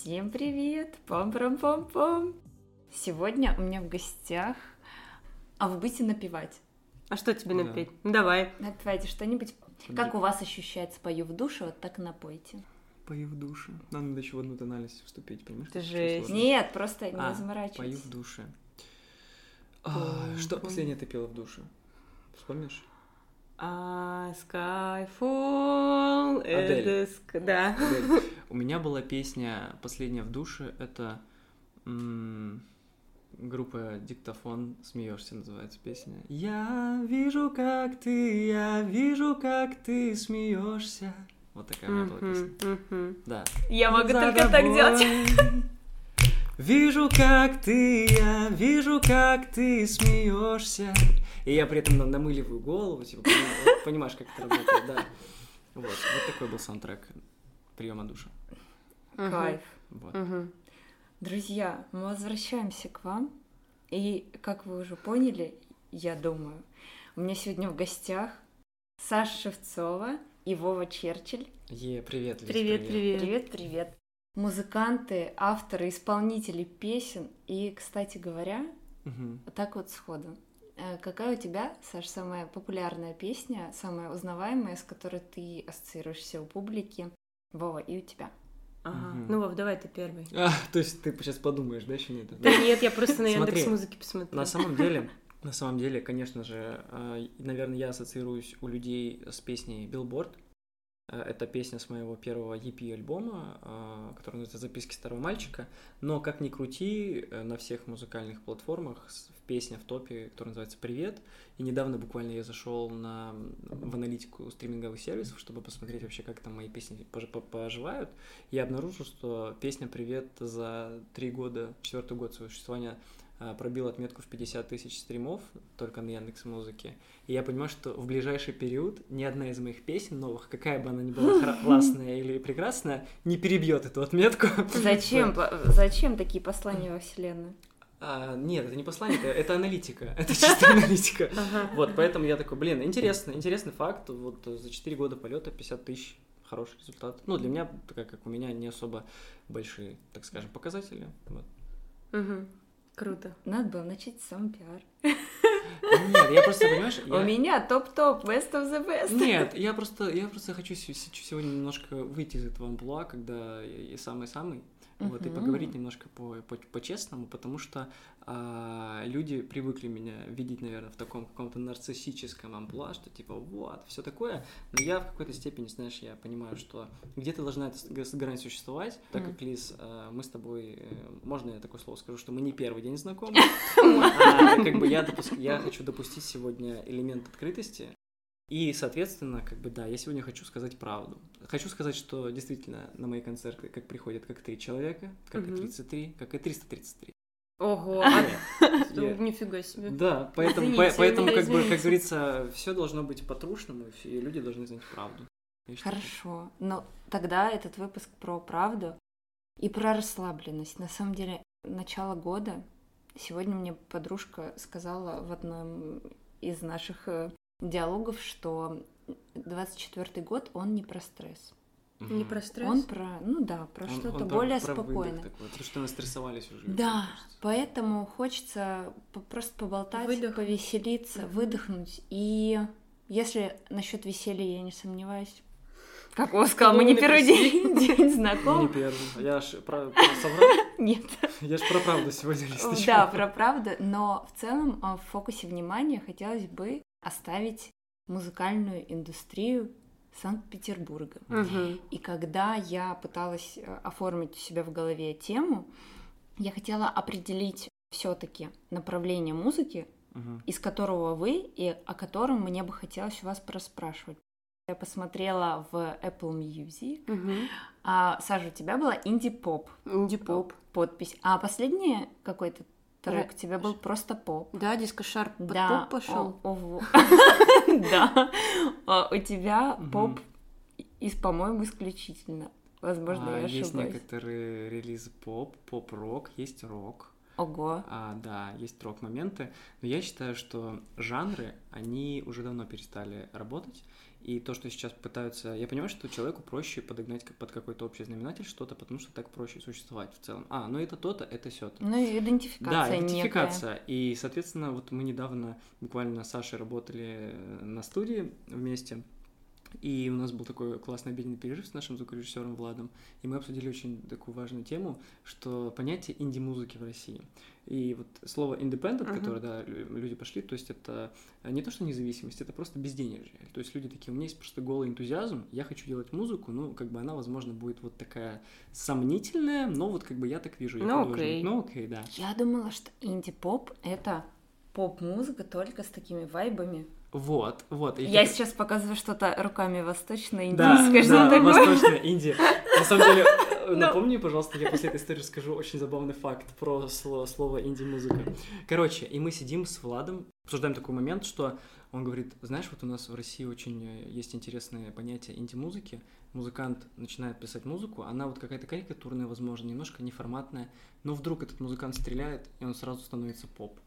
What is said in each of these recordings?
Всем привет! Пам-пам-пам-пам! Сегодня у меня в гостях... А вы будете напевать? А что тебе Да. напеть? Ну, давай. Напевайте что-нибудь. Как у вас ощущается «Пою в душе», вот так и напойте. Пою в душе. Нам надо еще в одну тональность вступить, понимаешь? Это Очень жесть. сложно. Нет, просто не Пою заморачивайтесь. в душе. Что последнее ты пела в душе? Вспомнишь? Skyfall. Адель. Да. Адель. У меня была песня последняя в душе. Это группа «Диктофон». «Смеешься» называется песня. Я вижу, как ты смеешься. Вот такая у меня была песня. Да. Я могу За только так делать. тобой вижу, как ты смеешься. И я при этом намыливаю голову, типа, понимаешь, как это работает, да. Вот такой был саундтрек приема душа. Кайф. Вот. Друзья, мы возвращаемся к вам. И, как вы уже поняли, я думаю, у меня сегодня в гостях Саша Шевцова и Вова Черчилль. Привет, Лиз, Привет. Привет. Музыканты, авторы, исполнители песен. И, кстати говоря, Мгм. так вот сходу. Какая у тебя, Саш, самая популярная песня, самая узнаваемая, с которой ты ассоциируешься у публики? Вова, и у тебя. Ага. Мгм. Ну, Вов, давай ты первый. То есть ты сейчас подумаешь, да, еще нет? Да нет, я просто на Смотри, Яндекс.Музыке посмотрю. На самом деле, конечно же, наверное, я ассоциируюсь у людей с песней Billboard. Это песня с моего первого EP-альбома, который называется «Записки старого мальчика». Но, как ни крути, на всех музыкальных платформах песня в топе, которая называется «Привет». И недавно буквально я зашел в аналитику стриминговых сервисов, чтобы посмотреть вообще, как там мои песни поживают. Я обнаружил, что песня «Привет» за 3 года, 4-й год своего существования пробил отметку в 50 тысяч стримов только на Яндекс.Музыке. И я понимаю, что в ближайший период ни одна из моих песен новых, какая бы она ни была классная или прекрасная, не перебьет эту отметку. Зачем такие послания во вселенную? Нет, это не послание, это аналитика. Это чисто аналитика. Вот, поэтому я такой, интересный факт. Вот за 4 года полета 50 тысяч. Хороший результат. Ну, для меня, как у меня, не особо большие, так скажем, показатели. Вот. Круто. Надо было начать с самопиар. Нет, я просто, понимаешь... У меня топ-топ, best of the best. Нет, я просто хочу сегодня немножко выйти из этого амплуа, когда я самый-самый, вот, и поговорить немножко по-честному, потому что люди привыкли меня видеть, наверное, в таком каком-то нарциссическом амплуа, что типа вот, все такое, но я в какой-то степени, знаешь, я понимаю, что где-то должна эта грань существовать, так как, Лиз, мы с тобой, можно я такое слово скажу, что мы не первый день знакомы, как бы я хочу допустить сегодня элемент открытости. И, соответственно, я сегодня хочу сказать правду. Хочу сказать, что действительно на мои концерты приходят как 3 человека, как и 33, как и 333. Ого, нифига себе. Да, поэтому, как говорится, все должно быть по-трушному, и люди должны знать правду. Хорошо, но тогда этот выпуск про правду и про расслабленность. На самом деле, начало года, сегодня мне подружка сказала в одном из наших диалогов, что 24-й год, он не про стресс. Не про стресс? Он про что-то более спокойное. Потому что настрессовались уже. Да, поэтому хочется просто поболтать, повеселиться, выдохнуть. И если насчет веселья я не сомневаюсь, как Вова сказал, мы не первый день знакомы. Не первый. Я ж соврал? Нет. Я ж про правду сегодня листочку. Да, про правду, но в целом в фокусе внимания хотелось бы оставить музыкальную индустрию Санкт-Петербурга. И когда я пыталась оформить у себя в голове тему, я хотела определить все-таки направление музыки, из которого вы и о котором мне бы хотелось у вас проспрашивать. Я посмотрела в Apple Music. Саша, у тебя была инди-поп. Инди-поп. Подпись. А последний какой-то трек у тебя был просто поп. Да, диско-шарп под Да, поп пошел. Да. У тебя поп, по-моему, исключительно. Возможно, я ошибаюсь. Есть некоторые релизы поп-рок, есть рок. Ого. Да, есть рок-моменты, но я считаю, что жанры, они уже давно перестали работать, И то, что сейчас пытаются... Я понимаю, что человеку проще подогнать под какой-то общий знаменатель что-то, потому что так проще существовать в целом. Ну это то-то, это сё-то. Ну и идентификация. Да, идентификация. Некая. И, соответственно, вот мы недавно буквально с Сашей работали на студии вместе, и у нас был такой классный обеденный перерыв с нашим звукорежиссером Владом, и мы обсудили очень такую важную тему, что понятие инди-музыки в России. И вот слово independent, которое, да, люди пошли, то есть это не то, что независимость, это просто безденежье. То есть люди такие, у меня есть просто голый энтузиазм, я хочу делать музыку, ну, как бы она, возможно, будет вот такая сомнительная, но вот как бы я так вижу. Ну, окей. Ну, окей, да. Я думала, что инди-поп — это поп-музыка только с такими вайбами. Вот. Я сейчас показываю что-то руками восточно-индийское, что такое. Восточная Индия. На самом деле, напомни, пожалуйста, я после этой истории расскажу очень забавный факт про слово инди-музыка. Короче, и мы сидим с Владом, обсуждаем такой момент, что он говорит, знаешь, вот у нас в России очень есть интересное понятие инди-музыки. Музыкант начинает писать музыку, она вот какая-то карикатурная, возможно, немножко неформатная, но вдруг этот музыкант стреляет, и он сразу становится поп.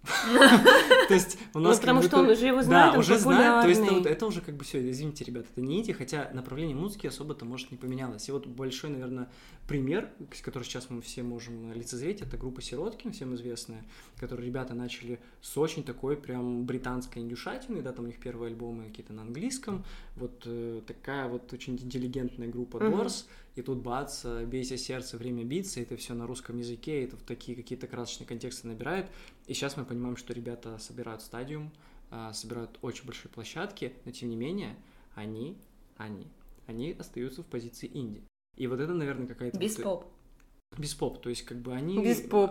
То есть у нас... потому что он уже его знает, он уже знает, то популярный. есть это уже как бы все, извините, ребята, это не инди, хотя направление музыки особо-то, может, не поменялось. И вот большой, наверное, пример, который сейчас мы все можем лицезреть, это группа Сироткин, всем известная, которые ребята начали с очень такой прям британской индюшатины, да, там у них первые альбомы какие-то на английском, вот такая вот очень интеллигентная группа Doors, и тут бац, «Бейся сердце, время биться», это все на русском языке, это в такие какие-то красочные контексты набирает, и сейчас мы понимаем, что ребята собирают стадиум, собирают очень большие площадки, но тем не менее они остаются в позиции инди. И вот это, наверное, какая-то... Без поп, то есть как бы они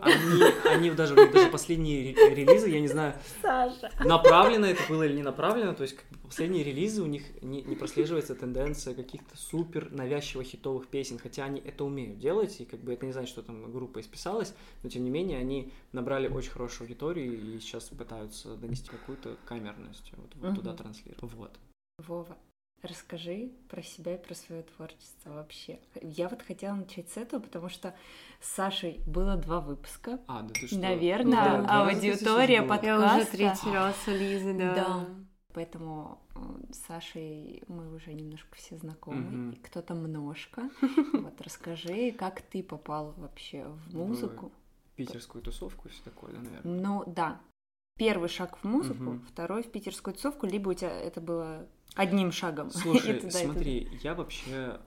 даже последние релизы, я не знаю, Саша, направлено это было или не направлено, то есть как бы последние релизы у них не прослеживается тенденция каких-то супер навязчиво хитовых песен, хотя они это умеют делать, и как бы это не значит, что там группа исписалась, но тем не менее они набрали очень хорошую аудиторию и сейчас пытаются донести какую-то камерность, вот туда транслировать. Вот. Вова, расскажи про себя и про свое творчество вообще. Я вот хотела начать с этого, потому что с Сашей было 2 выпуска. Да ты что? Наверное, аудитория подкаста. Я уже 3-й раз у Лизы, Да. Поэтому с Сашей мы уже немножко все знакомы, и кто-то немножко. Вот расскажи, как ты попал вообще в музыку? В питерскую тусовку и все такое, да, наверное? Ну, да. Первый шаг в музыку, второй в питерскую тусовку, либо у тебя это было одним шагом. Слушай, смотри, я вообще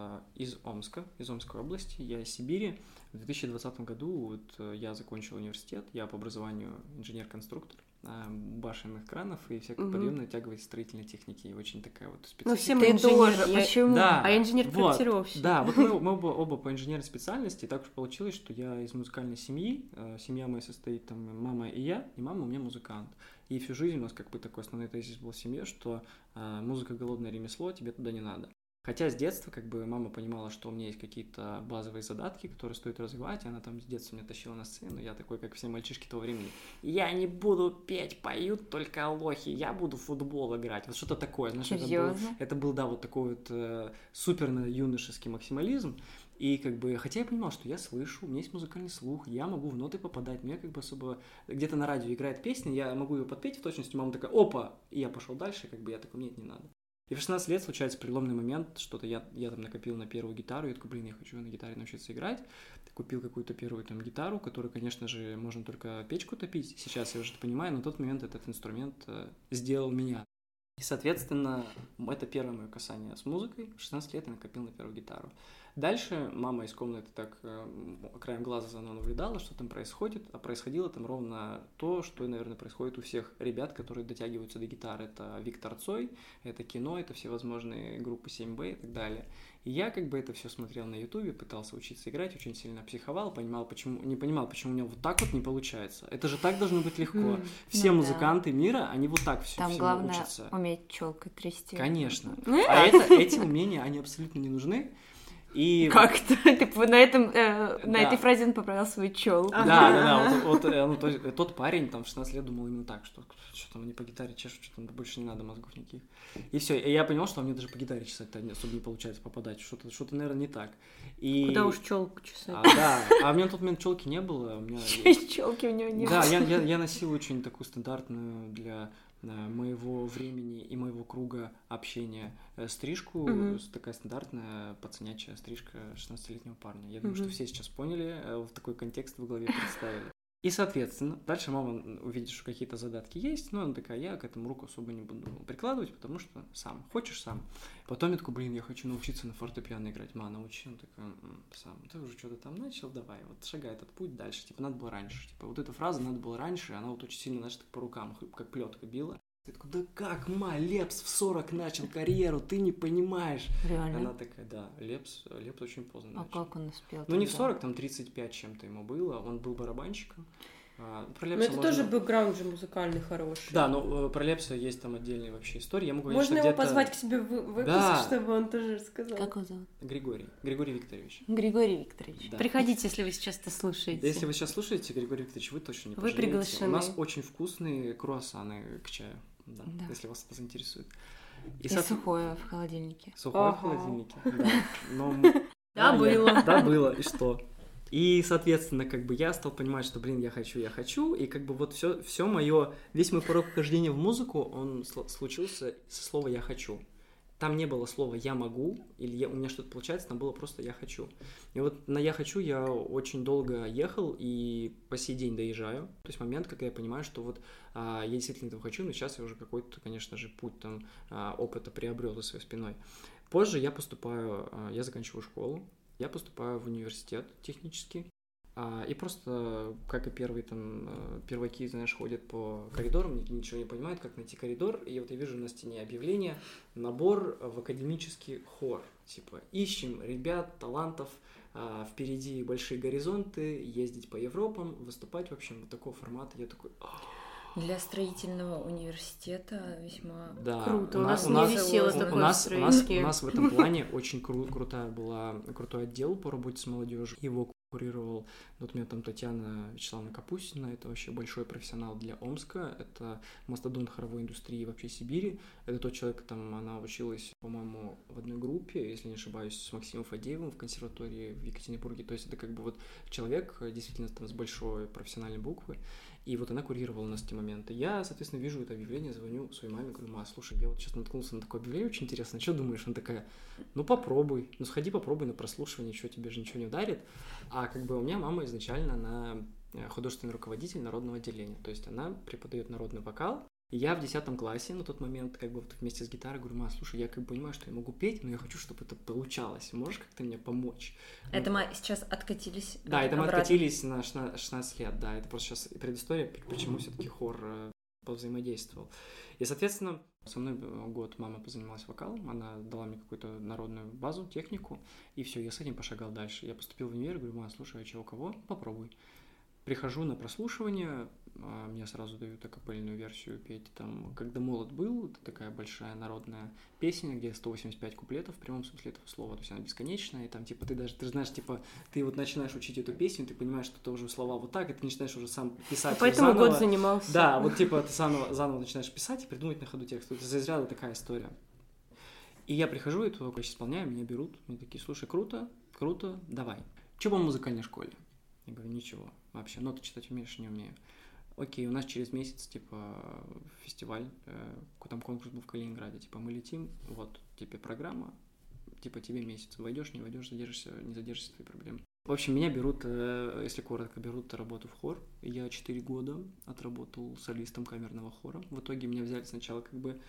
из Омской области, я из Сибири. В 2020 году я закончил университет, я по образованию инженер-конструктор башенных кранов и всякой подъемной тяговой строительной техники. И очень такая вот специфика. Ну, все мы инженеры. Почему? Да, я инженер-проектировщик. Да, вот мы оба по инженерной специальности, и так уж получилось, что я из музыкальной семьи. Семья моя состоит там мама и я, и мама у меня музыкант. И всю жизнь у нас как бы такой основной тезис был в семье, что музыка — голодное ремесло, тебе туда не надо. Хотя с детства как бы мама понимала, что у меня есть какие-то базовые задатки, которые стоит развивать, и она там с детства меня тащила на сцену, я такой, как все мальчишки того времени, я не буду петь, поют только лохи, я буду в футбол играть, вот что-то такое, знаешь, это был, да, вот такой вот супер-юношеский максимализм, и как бы, хотя я понимал, что я слышу, у меня есть музыкальный слух, я могу в ноты попадать, мне как бы особо, где-то на радио играет песня, я могу ее подпеть в точности, мама такая, опа, и я пошел дальше, как бы я такой, нет, не надо. И в 16 лет случается переломный момент, что-то я там накопил на первую гитару, я такой, я хочу на гитаре научиться играть. Купил какую-то первую там гитару, которую, конечно же, можно только печку топить. Сейчас я уже это понимаю, но в тот момент этот инструмент сделал меня. И, соответственно, это первое мое касание с музыкой. В 16 лет я накопил на первую гитару. Дальше мама из комнаты так краем глаза за мной наблюдала, что там происходит, а происходило там ровно то, что, наверное, происходит у всех ребят, которые дотягиваются до гитары. Это Виктор Цой, это кино, это всевозможные группы 7B и так далее. И я как бы это все смотрел на Ютубе, пытался учиться играть, очень сильно психовал, не понимал, почему у меня вот так вот не получается. Это же так должно быть легко. Все музыканты мира, они вот так все там всему учатся. Там главное уметь челкой трясти. Конечно. А эти умения, они абсолютно не нужны. И... Как-то ты на этой фразе он поправил свою челку. Да. Вот тот парень там в 16 лет думал именно так, что там они по гитаре чешут, что там больше не надо мозгов никаких. И все. И я понял, что мне даже по гитаре чесать особо не получается попадать. Что-то, наверное, не так. И... Куда уж челку чесать. А у меня на тот момент челки не было. Челки у него не было. Да, я носил очень такую стандартную для моего времени и моего круга общения стрижку, такая стандартная пацанячая стрижка 16-летнего парня. Я думаю, что все сейчас поняли, в такой контекст в голове представили. И, соответственно, дальше мама увидит, что какие-то задатки есть, но она такая, я к этому руку особо не буду прикладывать, потому что сам. Хочешь сам? Потом я такой, я хочу научиться на фортепиано играть. Мама, научи. Он такой, сам. Ты уже что-то там начал, давай, вот шагай этот путь дальше. Типа, надо было раньше. Типа, вот эта фраза надо было раньше, она вот очень сильно, знаешь, так по рукам, как плетка била. Я такой, да как, Лепс в 40 начал карьеру, ты не понимаешь. Реально? Она такая, да, Лепс очень поздно начал. А как он успел? Ну, не в 40, там 35 чем-то ему было, он был барабанщиком. Про Лепса это тоже бэкграунд же музыкальный хороший. Да, но про Лепса есть там отдельные вообще истории. Я могу говорить, можно его позвать к себе в выпуск, чтобы он тоже рассказал. Как его зовут? Григорий Викторович. Григорий Викторович. Да. Приходите, если вы сейчас это слушаете. Если вы сейчас слушаете, Григорий Викторович, вы точно не пожалеете. Вы приглашены. У нас очень вкусные круассаны к чаю, да. Если вас это заинтересует. И сухое в холодильнике. Сухое в холодильнике, да. Да, было, и что? И, соответственно, как бы я стал понимать, что, я хочу, и как бы вот весь мой порог вхождения в музыку, он случился со слова «я хочу». Там не было слова «я могу» или у меня что-то получается, там было просто «я хочу». И вот на «я хочу» я очень долго ехал и по сей день доезжаю. То есть момент, когда я понимаю, что вот я действительно этого хочу, но сейчас я уже какой-то, конечно же, путь там опыта приобрел за своей спиной. Позже я заканчиваю школу, я поступаю в университет технический, и просто, как и перваки, знаешь, ходят по коридорам, ничего не понимают, как найти коридор, и вот я вижу на стене объявление «Набор в академический хор». Типа, ищем ребят, талантов, впереди большие горизонты, ездить по Европам, выступать, в общем, вот такого формата. Я такой... Для строительного университета весьма круто. У нас не висело такое строительство. У нас в этом плане очень крутой отдел по работе с молодежью. Его курировал, вот у меня там Татьяна Вячеславовна Капустина, это вообще большой профессионал для Омска, это мастодонт хоровой индустрии вообще Сибири, это тот человек, она училась, по-моему, в одной группе, если не ошибаюсь, с Максимом Фадеевым в консерватории в Екатеринбурге, то есть это как бы вот человек действительно там с большой профессиональной буквы, и вот она курировала у нас эти моменты. Я, соответственно, вижу это объявление, звоню своей маме, говорю, слушай, я вот сейчас наткнулся на такое объявление, очень интересно, что думаешь? Она такая, попробуй, сходи попробуй на прослушивание, что тебе же ничего не ударит. А как бы у меня мама изначально, она художественный руководитель народного отделения, то есть она преподает народный вокал. И я в 10 классе на тот момент как бы вот вместе с гитарой говорю, слушай, я как бы понимаю, что я могу петь, но я хочу, чтобы это получалось. Можешь как-то мне помочь? Это мы сейчас откатились Да, это мы откатились на 16 лет, да. Это просто сейчас предыстория, почему все-таки хор повзаимодействовал. И, соответственно, со мной год мама позанималась вокалом, она дала мне какую-то народную базу, технику, и все, я с этим пошагал дальше. Я поступил в универ, говорю, слушай, а чего, кого? Попробуй. Прихожу на прослушивание, мне сразу дают акапельную версию петь там «Когда молод был», это такая большая народная песня, где 185 куплетов в прямом смысле этого слова, то есть она бесконечная, и там типа ты знаешь, типа ты вот начинаешь учить эту песню, ты понимаешь, что это уже слова вот так, и ты начинаешь уже сам писать. Поэтому год занимался. Да, вот типа ты заново начинаешь писать и придумать на ходу текст. Это из-за такая история. И я прихожу, и только исполняю, меня берут, мне такие, слушай, круто, давай. Что по музыкальной школе? Я говорю, ничего, вообще, ноты читать умеешь, не умею. Окей, у нас через месяц, фестиваль, там конкурс был в Калининграде, мы летим, вот, тебе программа, тебе месяц, войдешь, не войдешь, задержишься, не задержишься, твои проблемы. В общем, меня берут, если коротко, берут работу в хор. Я 4 года отработал солистом камерного хора. В итоге меня взяли сначала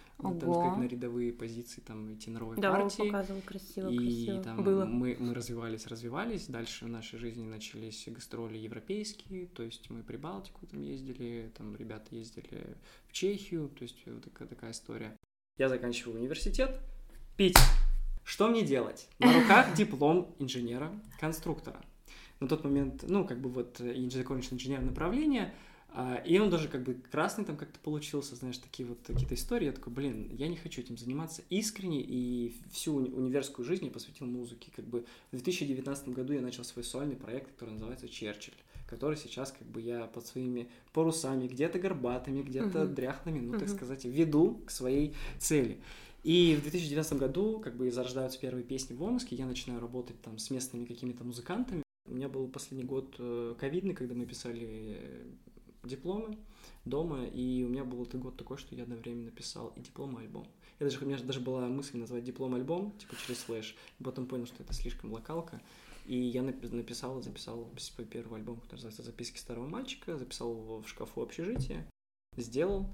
на рядовые позиции, идти на новые партии. Да, он показывал красиво. И там было. Мы развивались. Дальше в нашей жизни начались гастроли европейские, то есть мы при Балтику там ездили, там ребята ездили в Чехию, то есть вот такая история. Я заканчиваю университет, пить. Что мне делать? На руках диплом инженера-конструктора. На тот момент, закончил инженерное направление, и он даже красный там как-то получился, знаешь, такие вот какие-то истории. Я такой, я не хочу этим заниматься искренне, и всю универскую жизнь я посвятил музыке. В 2019 году я начал свой сольный проект, который называется «Черчилль», который сейчас я под своими парусами, где-то горбатыми, где-то дряхлыми, так сказать, веду к своей цели. И в 2019 году зарождаются первые песни в Омске, я начинаю работать там с местными какими-то музыкантами. У меня был последний год ковидный, когда мы писали дипломы дома, и у меня был этот год такой, что я одновременно писал и диплом, и альбом. У меня даже была мысль назвать диплом-альбом, типа через флеш, потом понял, что это слишком локалка, и я записал свой первый альбом, который называется «Записки старого мальчика», записал его в шкафу общежития, сделал,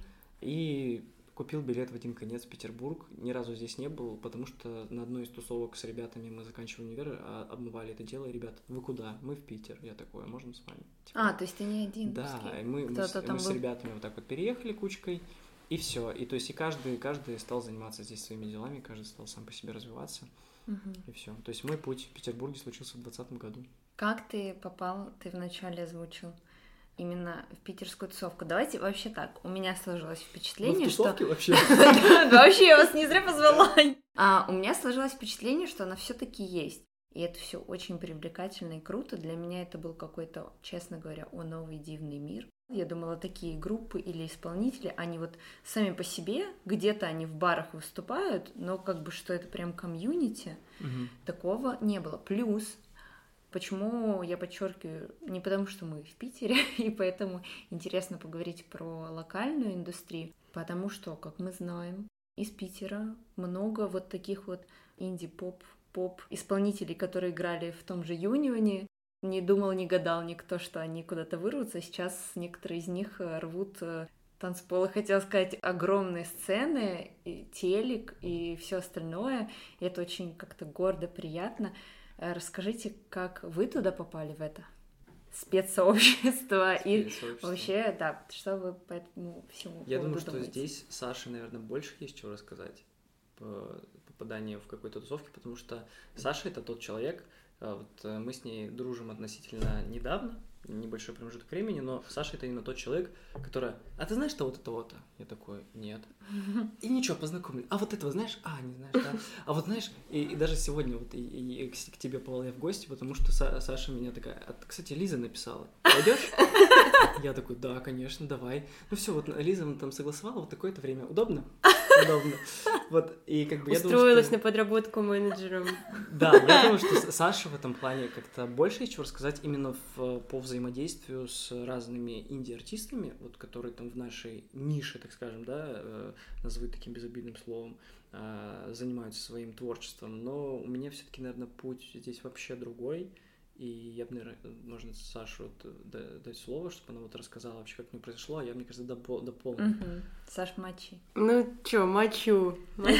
и купил билет в один конец в Петербург, ни разу здесь не был, потому что на одной из тусовок с ребятами мы заканчивали универ, обмывали это дело, и ребята, вы куда? Мы в Питер. Я такой, можно с вами? Типа, то есть ты не один? Да, мы с ребятами вот так вот переехали кучкой, и все. И то есть и каждый стал заниматься здесь своими делами, каждый стал сам по себе развиваться, и все. То есть мой путь в Петербурге случился в 2020 году. Как ты попал, ты вначале озвучил, именно в питерскую тусовку? Давайте вообще так, у меня сложилось впечатление, что... вообще? Вообще, я вас не зря позвала. У меня сложилось впечатление, что она все-таки есть. И это все очень привлекательно и круто. Для меня это был какой-то, честно говоря, новый дивный мир. Я думала, такие группы или исполнители, они вот сами по себе, где-то они в барах выступают, но как бы что это прям комьюнити, такого не было. Плюс, почему я подчеркиваю, не потому что мы в Питере, и поэтому интересно поговорить про локальную индустрию, потому что, как мы знаем, из Питера много вот таких вот инди-поп исполнителей, которые играли в том же Юнионе. Не думал, не гадал никто, что они куда-то вырвутся. Сейчас некоторые из них рвут танцполы, хотела сказать, огромные сцены, и телек и все остальное. И это очень как-то гордо, приятно. Расскажите, как вы туда попали, в это спецсообщество, и вообще, да, что вы по этому всему Я думаю, что думаете? здесь Саше, наверное, больше есть чего рассказать по попаданию в какой-то тусовке, потому что Саша — это тот человек, вот мы с ней дружим относительно недавно, небольшой промежуток времени, но Саша — это именно тот человек, который... А ты знаешь, что вот это вот? Я такой, нет. И ничего, познакомлю. А вот этого знаешь? А, не знаешь, да. А вот знаешь, и даже сегодня вот и к тебе попал я в гости, потому что Саша меня такая... Кстати, Лиза написала. Пойдешь? Я такой, да, конечно, давай. Ну все, вот Лиза там согласовала, вот такое-то время. Удобно? Удобно. Вот, и как бы устроилась я думаю, что... на подработку менеджером. Да, я думаю, что Саша в этом плане как-то больше есть чего рассказать именно по взаимодействию с разными инди-артистами, вот, которые там в нашей нише, так скажем, да, назову таким безобидным словом, занимаются своим творчеством. Но у меня все-таки, наверное, путь здесь вообще другой. И я бы, наверное, можно Сашу дать слово, чтобы она вот рассказала вообще, как мне произошло, а я, мне кажется, дополню. Саш, мочи. Ну чё, мочу.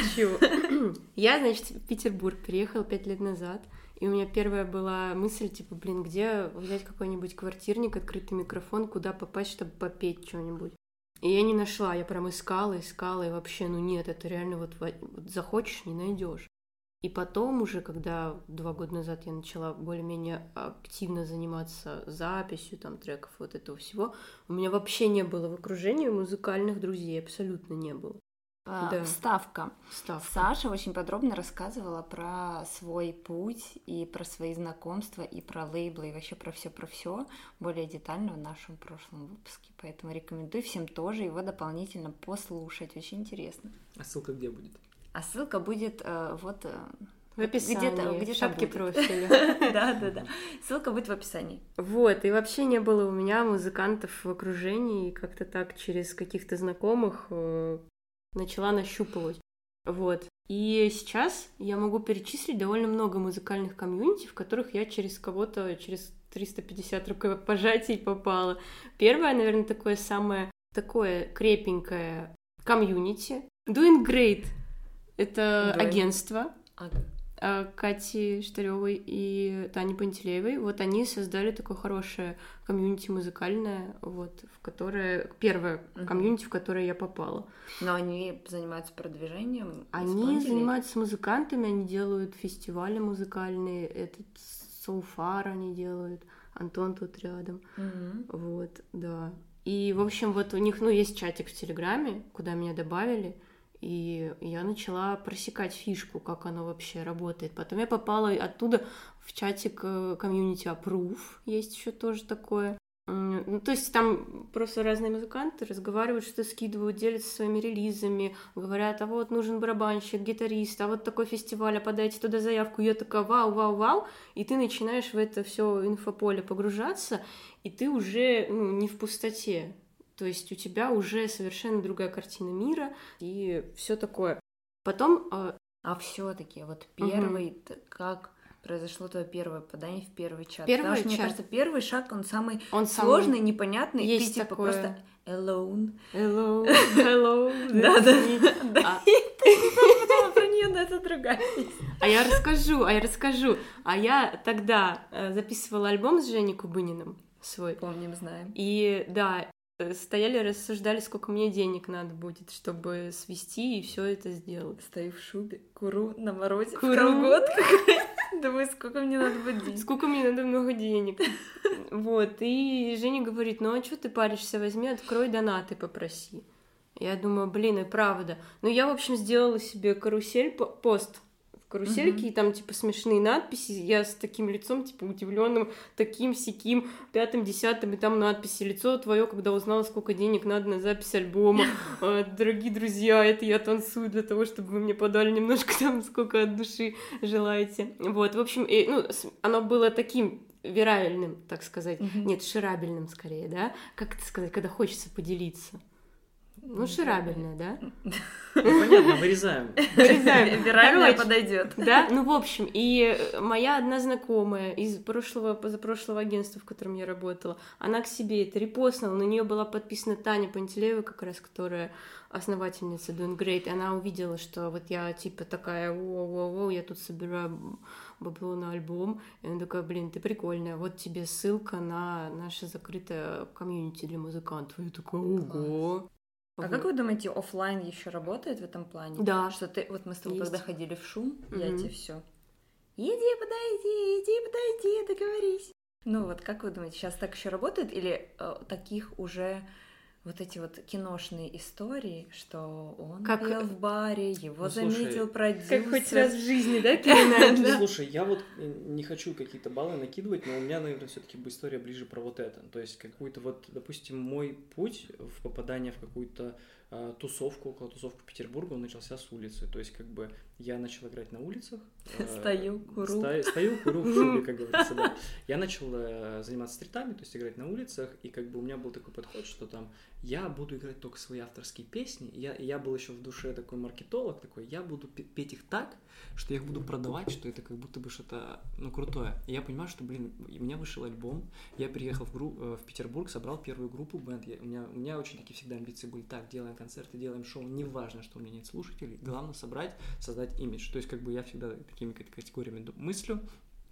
Я, значит, в Петербург переехала 5 лет назад, и у меня первая была мысль, типа, где взять какой-нибудь квартирник, открытый микрофон, куда попасть, чтобы попеть что-нибудь. И я не нашла, я прям искала, и вообще, ну нет, это реально вот захочешь, не найдешь. И потом уже, когда 2 года назад я начала более-менее активно заниматься записью там треков, вот этого всего, у меня вообще не было в окружении музыкальных друзей, абсолютно не было. Да. Вставка. Саша очень подробно рассказывала про свой путь и про свои знакомства, и про лейблы, и вообще про все более детально в нашем прошлом выпуске. Поэтому рекомендую всем тоже его дополнительно послушать. Очень интересно. А ссылка где будет? А ссылка будет вот... В описании, где-то в шапке будет. профиля. Да. Ссылка будет в описании. Вот, и вообще не было у меня музыкантов в окружении, и как-то так через каких-то знакомых начала нащупывать. Вот. И сейчас я могу перечислить довольно много музыкальных комьюнити, в которых я через 350 рукопожатий попала. Первое, наверное, такое крепенькое комьюнити. Doing Great. Это агентство Кати Штарёвой и Тани Пантелеевой. Вот они создали такое хорошее комьюнити музыкальное, вот, в которое... Первое комьюнити, в которое я попала. Но они занимаются продвижением? Они занимаются с музыкантами, они делают фестивали музыкальные, этот So Far они делают, Антон тут рядом. Вот, да. И, в общем, вот у них, есть чатик в Телеграме, куда меня добавили, и я начала просекать фишку, как оно вообще работает. Потом я попала оттуда в чатик комьюнити Approve, есть еще тоже такое. Ну, то есть там просто разные музыканты разговаривают, что скидывают, делятся своими релизами, говорят, а вот нужен барабанщик, гитарист, а вот такой фестиваль, а подайте туда заявку. Я такая, вау, вау, вау, и ты начинаешь в это все инфополе погружаться, и ты уже не в пустоте. То есть у тебя уже совершенно другая картина мира и все такое. Потом... А все-таки вот первый, как произошло твое первое попадание в первый чат? Потому что, мне кажется, первый шаг, он самый сложный, непонятный. Есть ты типа такое... просто alone. Hello, hello. Да. Ты не подумала про нее, но это другая песня. А я расскажу. А я тогда записывала альбом с Женей Кубыниным свой. Помним, знаем. И да, стояли, рассуждали, сколько мне денег надо будет, чтобы свести и все это сделать. Стою в шубе, куру на морозе, в колготках. Думаю, сколько мне надо будет денег. Сколько мне надо много денег. Вот, и Женя говорит, ну а что ты паришься, возьми, открой донаты, попроси. Я думаю, блин, и правда. Ну я, в общем, сделала себе карусель, пост в карусельке, и там, типа, смешные надписи, я с таким лицом, типа, удивленным, таким, сяким, 5-м, 10-м, и там надписи, лицо твое, когда узнала, сколько денег надо на запись альбома. Дорогие друзья, это я танцую для того, чтобы вы мне подали немножко там, сколько от души желаете. Вот, в общем, оно было таким виральным, так сказать. Нет, ширабельным скорее, да? Как это сказать, когда хочется поделиться? Ну, ширабельная, да? Понятно, вырезаем. Виральная подойдет. Да, ну, в общем, и моя одна знакомая из позапрошлого агентства, в котором я работала, она к себе это репостнула, на нее была подписана Таня Пантелеева, как раз, которая основательница Doing Great, и она увидела, что вот я, типа, такая, воу, я тут собираю бабло на альбом, и она такая, блин, ты прикольная, вот тебе ссылка на наше закрытое комьюнити для музыкантов. И я такая, ого. А как вы думаете, офлайн еще работает в этом плане? Да. Что ты, вот мы с тобой когда ходили в шум, я тебе все. Иди подойди, договорись. Ну вот, как вы думаете, сейчас так еще работает? Или таких уже вот эти вот киношные истории, что он пел в баре, его заметил продюсер. Как хоть раз в жизни, да, Слушай, я вот не хочу какие-то баллы накидывать, но у меня, наверное, все-таки история ближе про вот это. То есть какой-то вот, допустим, мой путь в попадание в какую-то тусовку, около тусовки Петербурга, он начался с улицы. То есть как бы я начал играть на улицах. Стою, куру в шубе, как говорится, да. Я начал заниматься стритами, то есть играть на улицах, и как бы у меня был такой подход, что там я буду играть только свои авторские песни. Я был еще в душе такой маркетолог, такой, я буду петь их так, что я их буду продавать, что это как будто бы что-то, крутое. И я понимаю, что, блин, у меня вышел альбом, я приехал в Петербург, собрал первую группу бэнд. У меня очень такие всегда амбиции были, так, делаем концерты, делаем шоу, неважно, что у меня нет слушателей, главное собрать, создать имидж. То есть как бы я всегда такими категориями мыслю,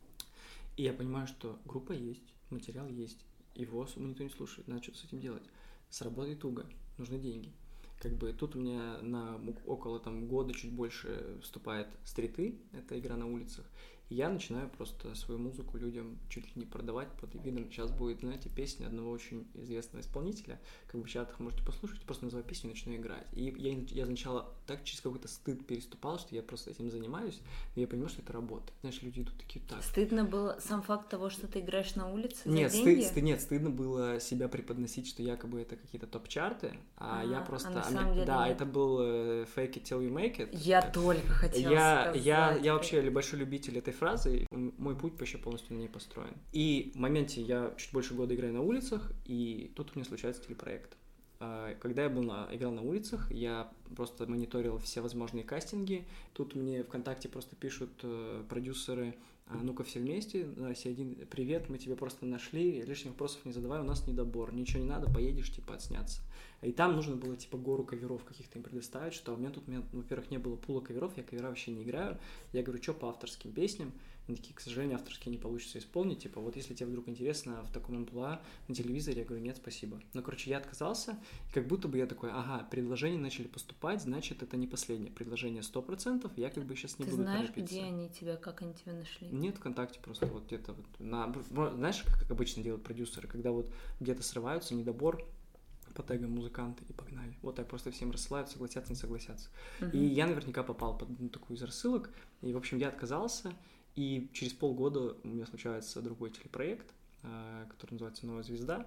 и я понимаю, что группа есть, материал есть, его особо никто не слушает, надо что-то с этим делать. С работой туго, нужны деньги. Как бы тут у меня на около года, чуть больше вступает стриты, это игра на улицах, и я начинаю просто свою музыку людям чуть ли не продавать под видом. Сейчас будет, знаете, песня одного очень известного исполнителя, как бы в чатах можете послушать, просто называю песню и начну играть. И я сначала так через какой-то стыд переступал, что я просто этим занимаюсь, и я понимаю, что это работа. Знаешь, люди идут такие, так. Стыдно было сам факт того, что ты играешь на улице за деньги? Нет, стыдно было себя преподносить, что якобы это какие-то топ-чарты, я просто... на самом деле да, нет. Это был fake it till you make it. Я только хотела сказать. Я вообще большой любитель этой фразы, мой путь вообще полностью на ней построен. И в моменте я чуть больше года играю на улицах, и тут у меня случается телепроект. Когда я играл на улицах, я просто мониторил все возможные кастинги. Тут мне ВКонтакте просто пишут продюсеры: ну-ка все вместе, Россия-1, привет, мы тебя просто нашли, лишних вопросов не задавай, у нас недобор, ничего не надо, поедешь, типа, отсняться. И там нужно было, типа, гору каверов каких-то им предоставить, что у меня, во-первых, не было пула каверов, я кавера вообще не играю. Я говорю, что по авторским песням? Они такие, к сожалению, авторские не получится исполнить, типа, вот если тебе вдруг интересно в таком амплуа на телевизоре, я говорю, нет, спасибо. Я отказался, и как будто бы я такой, предложения начали поступать, значит, это не последнее предложение 100%, я как бы сейчас не буду торопиться. Ты знаешь, где они тебя, как они тебя нашли? Нет, ВКонтакте просто вот где-то знаешь, как обычно делают продюсеры, когда вот где-то срываются, недобор, по тегам музыканты, и погнали. Вот так просто всем рассылают, согласятся, не согласятся. И я наверняка попал под такую из рассылок, и, в общем, я отказался, и через полгода у меня случается другой телепроект, который называется «Новая звезда»,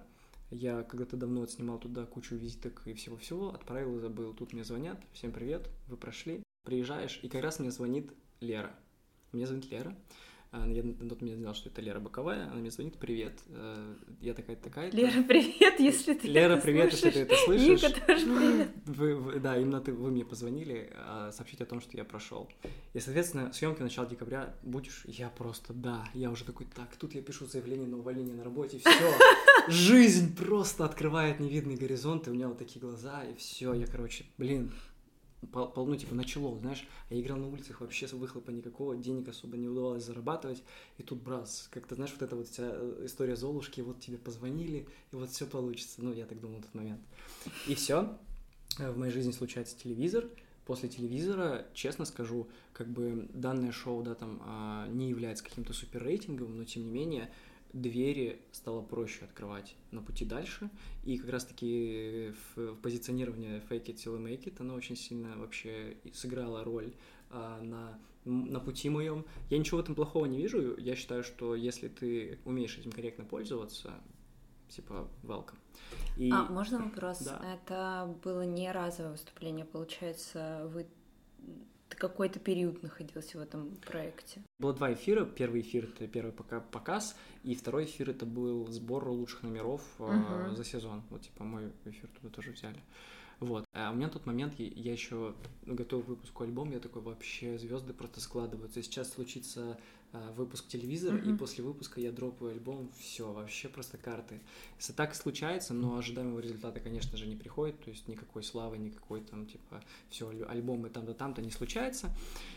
Я когда-то давно отснимал туда кучу визиток и всего-всего, отправил и забыл. Тут мне звонят, всем привет, вы прошли, приезжаешь, и как раз мне звонит Лера. Мне звонит Лера. Я на тот момент знал, что это Лера Боковая. Она мне звонит, привет. Я такая-то. Лера, привет, если ты Лера, это привет, слышишь. если ты это слышишь. Ника тоже привет. Да, именно вы мне позвонили сообщить о том, что я прошел. И, соответственно, съемки начала декабря будешь. Я просто, я уже такой, так, тут я пишу заявление на увольнение на работе, все. Жизнь просто открывает невидные горизонты. У меня вот такие глаза, и все. Я, короче, начало, знаешь, я играл на улицах, вообще выхлопа никакого, денег особо не удавалось зарабатывать, и тут, как-то, знаешь, вот эта вот вся история Золушки, вот тебе позвонили, и вот все получится, я так думал в тот момент. И все, в моей жизни случается телевизор, после телевизора, честно скажу, как бы данное шоу, не является каким-то супер рейтинговым, но тем не менее, двери стало проще открывать на пути дальше, и как раз-таки в позиционировании fake it till you make it оно очень сильно вообще сыграло роль на пути моем. Я ничего в этом плохого не вижу, я считаю, что если ты умеешь этим корректно пользоваться, welcome. Можно вопрос? Да. Это было не разовое выступление, получается, ты какой-то период находился в этом проекте? Было 2 эфира. Первый эфир — это первый показ, и второй эфир — это был сбор лучших номеров за сезон. Мой эфир туда тоже взяли. Вот. А у меня на тот момент, я еще готовил к выпуску альбома, я такой, вообще звезды просто складываются. Сейчас случится выпуск телевизора, и после выпуска я дропаю альбом, все, вообще просто карты. Если так и случается, но ожидаемого результата, конечно же, не приходит, то есть никакой славы, никакой все, альбомы там-то, там-то не случается,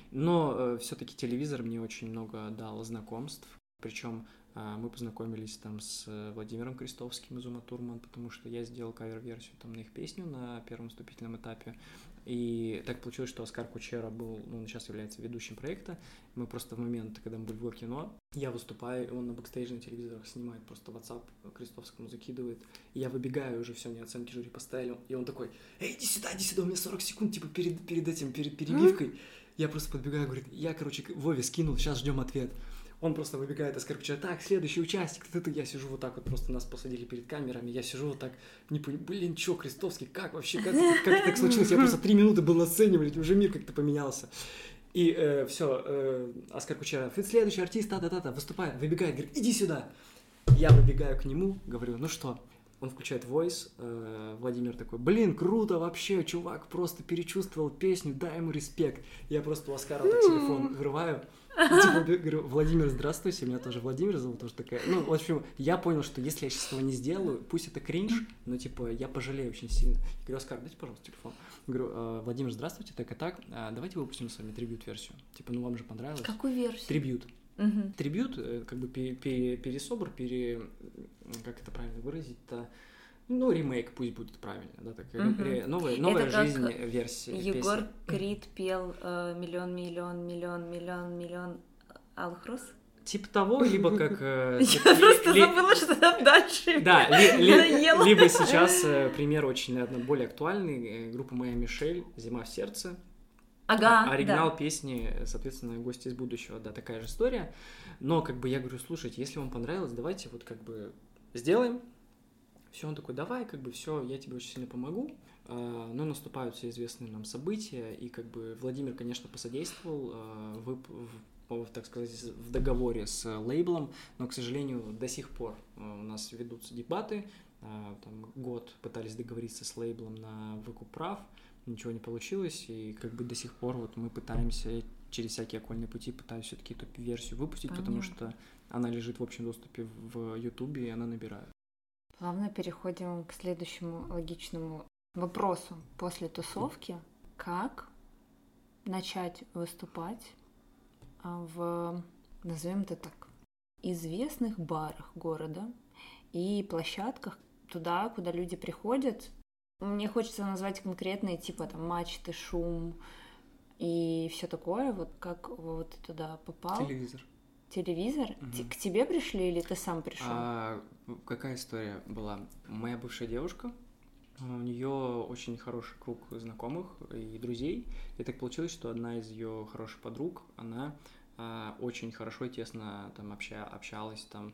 но все-таки телевизор мне очень много дал знакомств, причем мы познакомились с Владимиром Крестовским из Ума Турман, потому что я сделал кавер-версию на их песню на первом вступительном этапе. И так получилось, что Оскар Кучера он сейчас является ведущим проекта. Мы просто в момент, когда мы были в кино, я выступаю, и он на бэкстейже на телевизорах снимает, просто WhatsApp Крестовскому закидывает. И я выбегаю, уже все, мне оценки жюри поставили. И он такой, иди сюда, у меня 40 секунд, перед перебивкой. Я просто подбегаю, говорит, я, Вове скинул, сейчас ждем ответ. Он просто выбегает, Оскар Кучера, так, следующий участник, я сижу вот так вот, просто нас посадили перед камерами, я сижу вот так, не понимаю, чё, Крестовский, как вообще, как так случилось, я просто 3 минуты был на сцене, уже мир как-то поменялся. И все, Оскар Кучера, следующий артист, выступает, выбегает, говорит, иди сюда. Я выбегаю к нему, говорю, ну что? Он включает voice, Владимир такой, круто вообще, чувак просто перечувствовал песню, дай ему респект. Я просто у Оскара так телефон вырываю, говорю, Владимир, здравствуйте, меня тоже Владимир зовут, тоже такая. В общем, я понял, что если я сейчас этого не сделаю, пусть это кринж, но я пожалею очень сильно. Я говорю, Оскар, дайте, пожалуйста, телефон. Говорю, Владимир, здравствуйте, так и так, давайте выпустим с вами трибьют-версию. Вам же понравилось. Какую версию? Трибьют. Трибьют, пересобор, как это правильно выразить-то? Ремейк пусть будет правильно, да, такая новая жизнь версия. Егор Крид пел миллион алых роз? Типа того, либо как... Я просто забыла, что там дальше. Да, либо сейчас пример очень, наверное, более актуальный. Группа «Моя Мишель», «Зима в сердце». Ага, оригинал песни, соответственно, «Гости из будущего», да, такая же история. Но я говорю, слушайте, если вам понравилось, давайте сделаем. Все, он такой, давай, все, я тебе очень сильно помогу. Но наступают все известные нам события, и Владимир, конечно, посодействовал так сказать, в договоре с лейблом, но, к сожалению, до сих пор у нас ведутся дебаты. Год пытались договориться с лейблом на выкуп прав, ничего не получилось, и до сих пор мы пытаемся через всякие окольные пути пытаюсь все-таки эту версию выпустить, потому что она лежит в общем доступе в Ютубе, и она набирает. Плавно переходим к следующему логичному вопросу. После тусовки, как начать выступать в, назовем это так, известных барах города и площадках, туда, куда люди приходят. Мне хочется назвать конкретные, типа Мачты, Шум и все такое. Как ты туда попал? Телевизор? Угу. К тебе пришли или ты сам пришел? Какая история была? Моя бывшая девушка, у нее очень хороший круг знакомых и друзей. И так получилось, что одна из ее хороших подруг, она очень хорошо и тесно общалась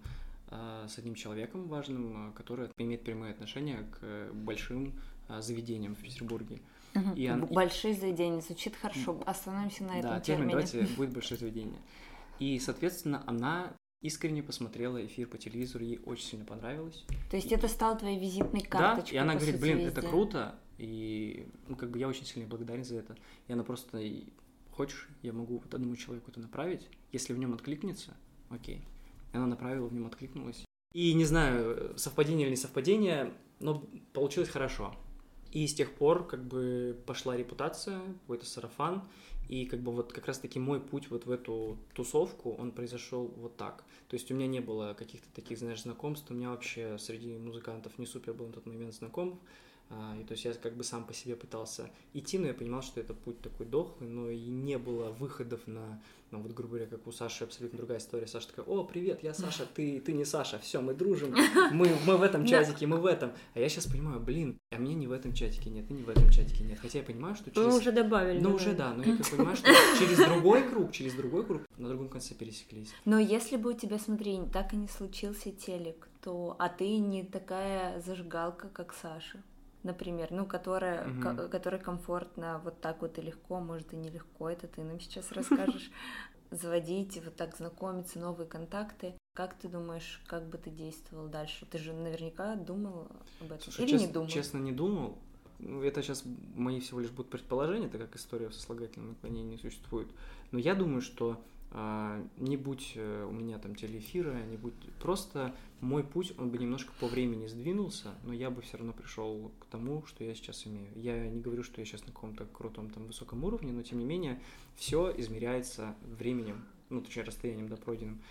с одним человеком важным, который имеет прямые отношения к большим заведениям в Петербурге. Большие заведения, звучит хорошо. Остановимся на этом термине. Давайте, будет большое заведение. И, соответственно, она искренне посмотрела эфир по телевизору, ей очень сильно понравилось. То есть это стало твоей визитной карточкой? Да, и она говорит, блин, это круто, и я очень сильно благодарен за это. И она просто, хочешь, я могу вот одному человеку это направить, если в нем откликнется, окей. И она направила, в нем откликнулась. И не знаю, совпадение или не совпадение, но получилось хорошо. И с тех пор пошла репутация, какой-то сарафан, и вот как раз-таки мой путь вот в эту тусовку, он произошел вот так. То есть у меня не было каких-то таких, знаешь, знакомств, у меня вообще среди музыкантов не супер был на тот момент знаком. И то есть я сам по себе пытался идти, но я понимал, что это путь такой дохлый, но и не было выходов на вот, грубо говоря, как у Саши абсолютно другая история. Саша такая: о, привет, я Саша, ты не Саша, все, мы дружим, мы в этом чатике, мы в этом. А я сейчас понимаю, а мне не в этом чатике нет, и не в этом чатике нет. Хотя я понимаю, что через... Ну, уже добавили. Ну, уже да, но я понимаю, что через другой круг на другом конце пересеклись. Но если бы у тебя, смотри, так и не случился телек, а ты не такая зажигалка, как Саша, например, которой комфортно вот так вот и легко, может и нелегко, это ты нам сейчас расскажешь, заводить, вот так знакомиться, новые контакты. Как ты думаешь, как бы ты действовал дальше? Ты же наверняка думал об этом. Слушай, или не думал? Честно, не думал. Это сейчас мои всего лишь будут предположения, так как история в сослагательном наклонении не существует. Но я думаю, что не будь у меня там телеэфира, не будь... Просто мой путь, он бы немножко по времени сдвинулся, но я бы все равно пришел к тому, что я сейчас имею. Я не говорю, что я сейчас на каком-то крутом там высоком уровне, но тем не менее все измеряется временем, точнее расстоянием, да, пройденным.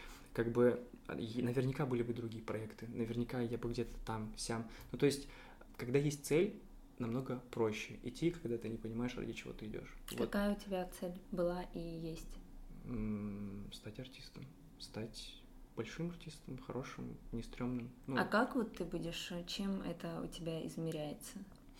Наверняка были бы другие проекты, наверняка я бы где-то там, сям. То есть, когда есть цель, намного проще идти, когда ты не понимаешь, ради чего ты идешь. Какая у тебя цель была и есть? Стать артистом, стать большим артистом, хорошим, не стрёмным. А как вот ты будешь, чем это у тебя измеряется?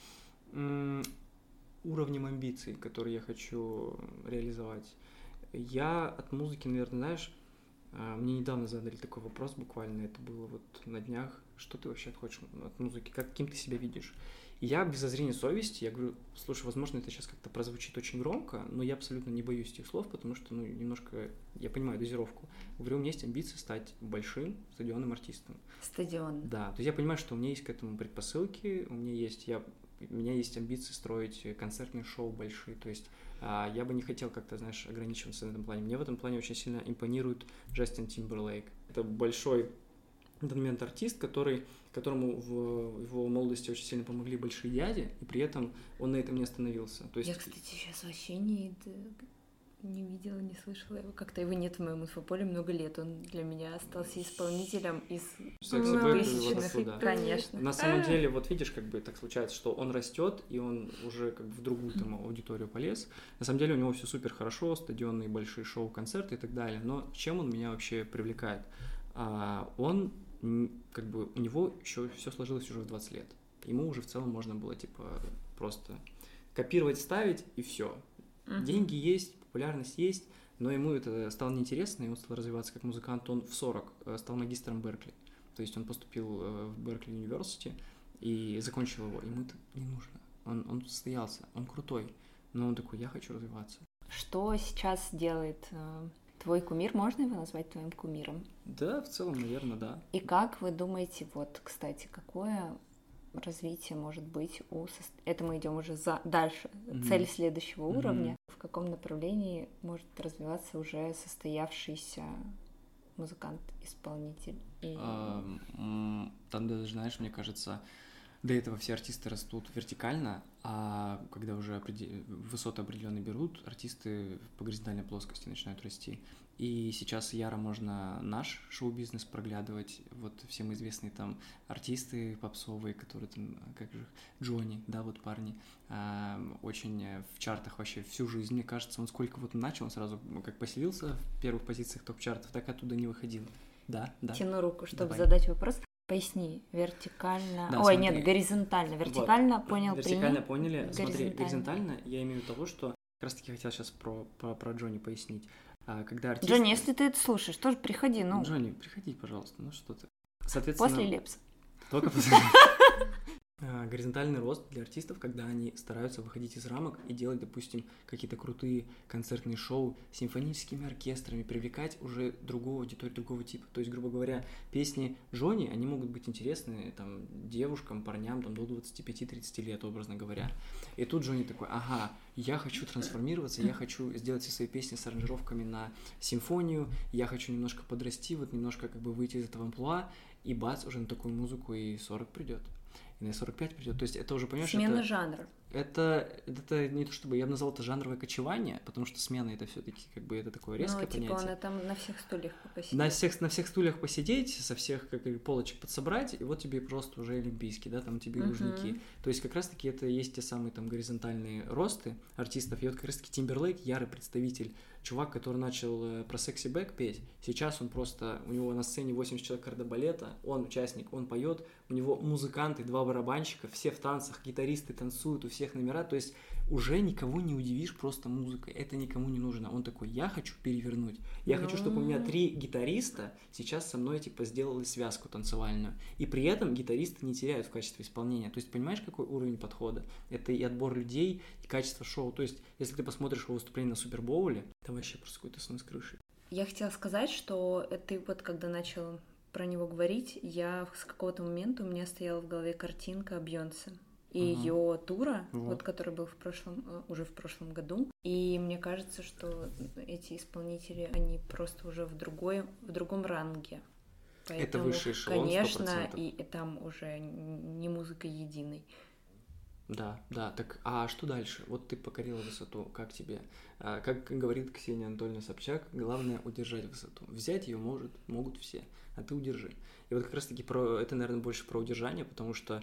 Уровнем амбиций, которые я хочу реализовать. Я от музыки, наверное, знаешь, мне недавно задали такой вопрос, буквально это было вот на днях: что ты вообще хочешь от музыки, каким ты себя видишь? И я без зазрения совести, я говорю: слушай, возможно, это сейчас как-то прозвучит очень громко, но я абсолютно не боюсь этих слов, потому что, немножко я понимаю дозировку. Говорю, у меня есть амбиции стать большим стадионным артистом. Стадион. Да, то есть я понимаю, что у меня есть к этому предпосылки, у меня есть амбиции строить концертные шоу большие, то есть я бы не хотел как-то, знаешь, ограничиваться на этом плане. Мне в этом плане очень сильно импонирует Джастин Тимберлейк. Это большой на данный момент артист, которому в его молодости очень сильно помогли большие дяди, и при этом он на этом не остановился. То есть... Я, кстати, сейчас вообще не видела, не слышала его. Как-то его нет в моем инфополе много лет. Он для меня остался исполнителем из тысячных. Конечно. На самом деле, вот видишь, так случается, что он растет, и он уже в другую там аудиторию полез. На самом деле у него все супер хорошо, стадионные большие шоу, концерты и так далее. Но чем он меня вообще привлекает? Он у него еще все сложилось уже в 20 лет. Ему уже в целом можно было, просто копировать, ставить, и все. Деньги есть, популярность есть, но ему это стало неинтересно, и он стал развиваться как музыкант. Он в 40 стал магистром Беркли. То есть он поступил в Беркли Университи и закончил его. Ему это не нужно. Он состоялся, он крутой, но он такой: я хочу развиваться. Что сейчас делает... Твой кумир, можно его назвать твоим кумиром? Да, в целом, наверное, да. И как вы думаете, кстати, какое развитие может быть это мы идем уже дальше, цель следующего уровня, в каком направлении может развиваться уже состоявшийся музыкант-исполнитель? Там даже, знаешь, мне кажется, до этого все артисты растут вертикально, а когда уже высоты определенные берут, артисты по горизонтальной плоскости начинают расти. И сейчас яро можно наш шоу-бизнес проглядывать. Вот всем известные там артисты попсовые, которые там, как же, Джонни, да, вот парни, очень в чартах вообще всю жизнь, мне кажется. Он сколько начал, он сразу как поселился в первых позициях топ-чартов, так оттуда не выходил. Да. Тяну руку, чтобы задать вопрос. Поясни, вертикально... Да, нет, горизонтально. Вертикально, понял, вертикально поняли. Смотри, горизонтально я имею в виду того, что как раз-таки хотел сейчас про Джонни пояснить. Когда артист... Джонни, если ты это слушаешь, тоже приходи, Джонни, приходи, пожалуйста, что ты. Соответственно, После Лепса. Только после... Горизонтальный рост для артистов, когда они стараются выходить из рамок и делать, допустим, какие-то крутые концертные шоу с симфоническими оркестрами, привлекать уже другую аудиторию, другого типа. То есть, грубо говоря, песни Жони, они могут быть интересны там, девушкам, парням там, до 25-30 лет, образно говоря. И тут Жони такой, ага, я хочу трансформироваться, я хочу сделать все свои песни с аранжировками на симфонию, я хочу немножко подрасти, вот немножко как бы выйти из этого амплуа, и бац, уже на такую музыку и 40 придет. И на 45 придет. То есть это уже, понимаешь, смена жанра. Это не то чтобы я бы назвал это жанровое кочевание, потому что смена это все-таки как бы это такое резкое понятие. Она там на всех стульях посидеть. На всех стульях посидеть, со всех как полочек подсобрать, и вот тебе просто уже олимпийский, да, там тебе лужники. То есть как раз-таки это есть те самые там горизонтальные росты артистов. И вот как раз-таки Тимберлейк ярый представитель. Чувак, который начал про Sexy Back петь, сейчас он просто, у него на сцене 80 человек кардебалета, он участник, он поет, у него музыканты, 2 барабанщика, все в танцах, гитаристы танцуют, у всех номера, то есть уже никого не удивишь просто музыкой, это никому не нужно. Он такой, я хочу перевернуть, я хочу, чтобы у меня 3 гитариста сейчас со мной типа сделали связку танцевальную, и при этом гитаристы не теряют в качестве исполнения. То есть понимаешь, какой уровень подхода? Это и отбор людей, и качество шоу. То есть если ты посмотришь его выступление на Супербоуле, это вообще просто какой-то сон с крыши. Я хотела сказать, что ты вот когда начал про него говорить, с какого-то момента у меня стояла в голове картинка Бейонсе и ее тура, вот который был уже в прошлом году. И мне кажется, что эти исполнители, они просто уже в другом ранге. Поэтому, это высший эшелон, 100%. Конечно, и там уже не музыка единой. Да, так, а что дальше? Вот ты покорила высоту, как тебе? Как говорит Ксения Анатольевна Собчак, главное удержать высоту. Взять ее могут все, а ты удержи. И вот как раз-таки это, наверное, больше про удержание, потому что,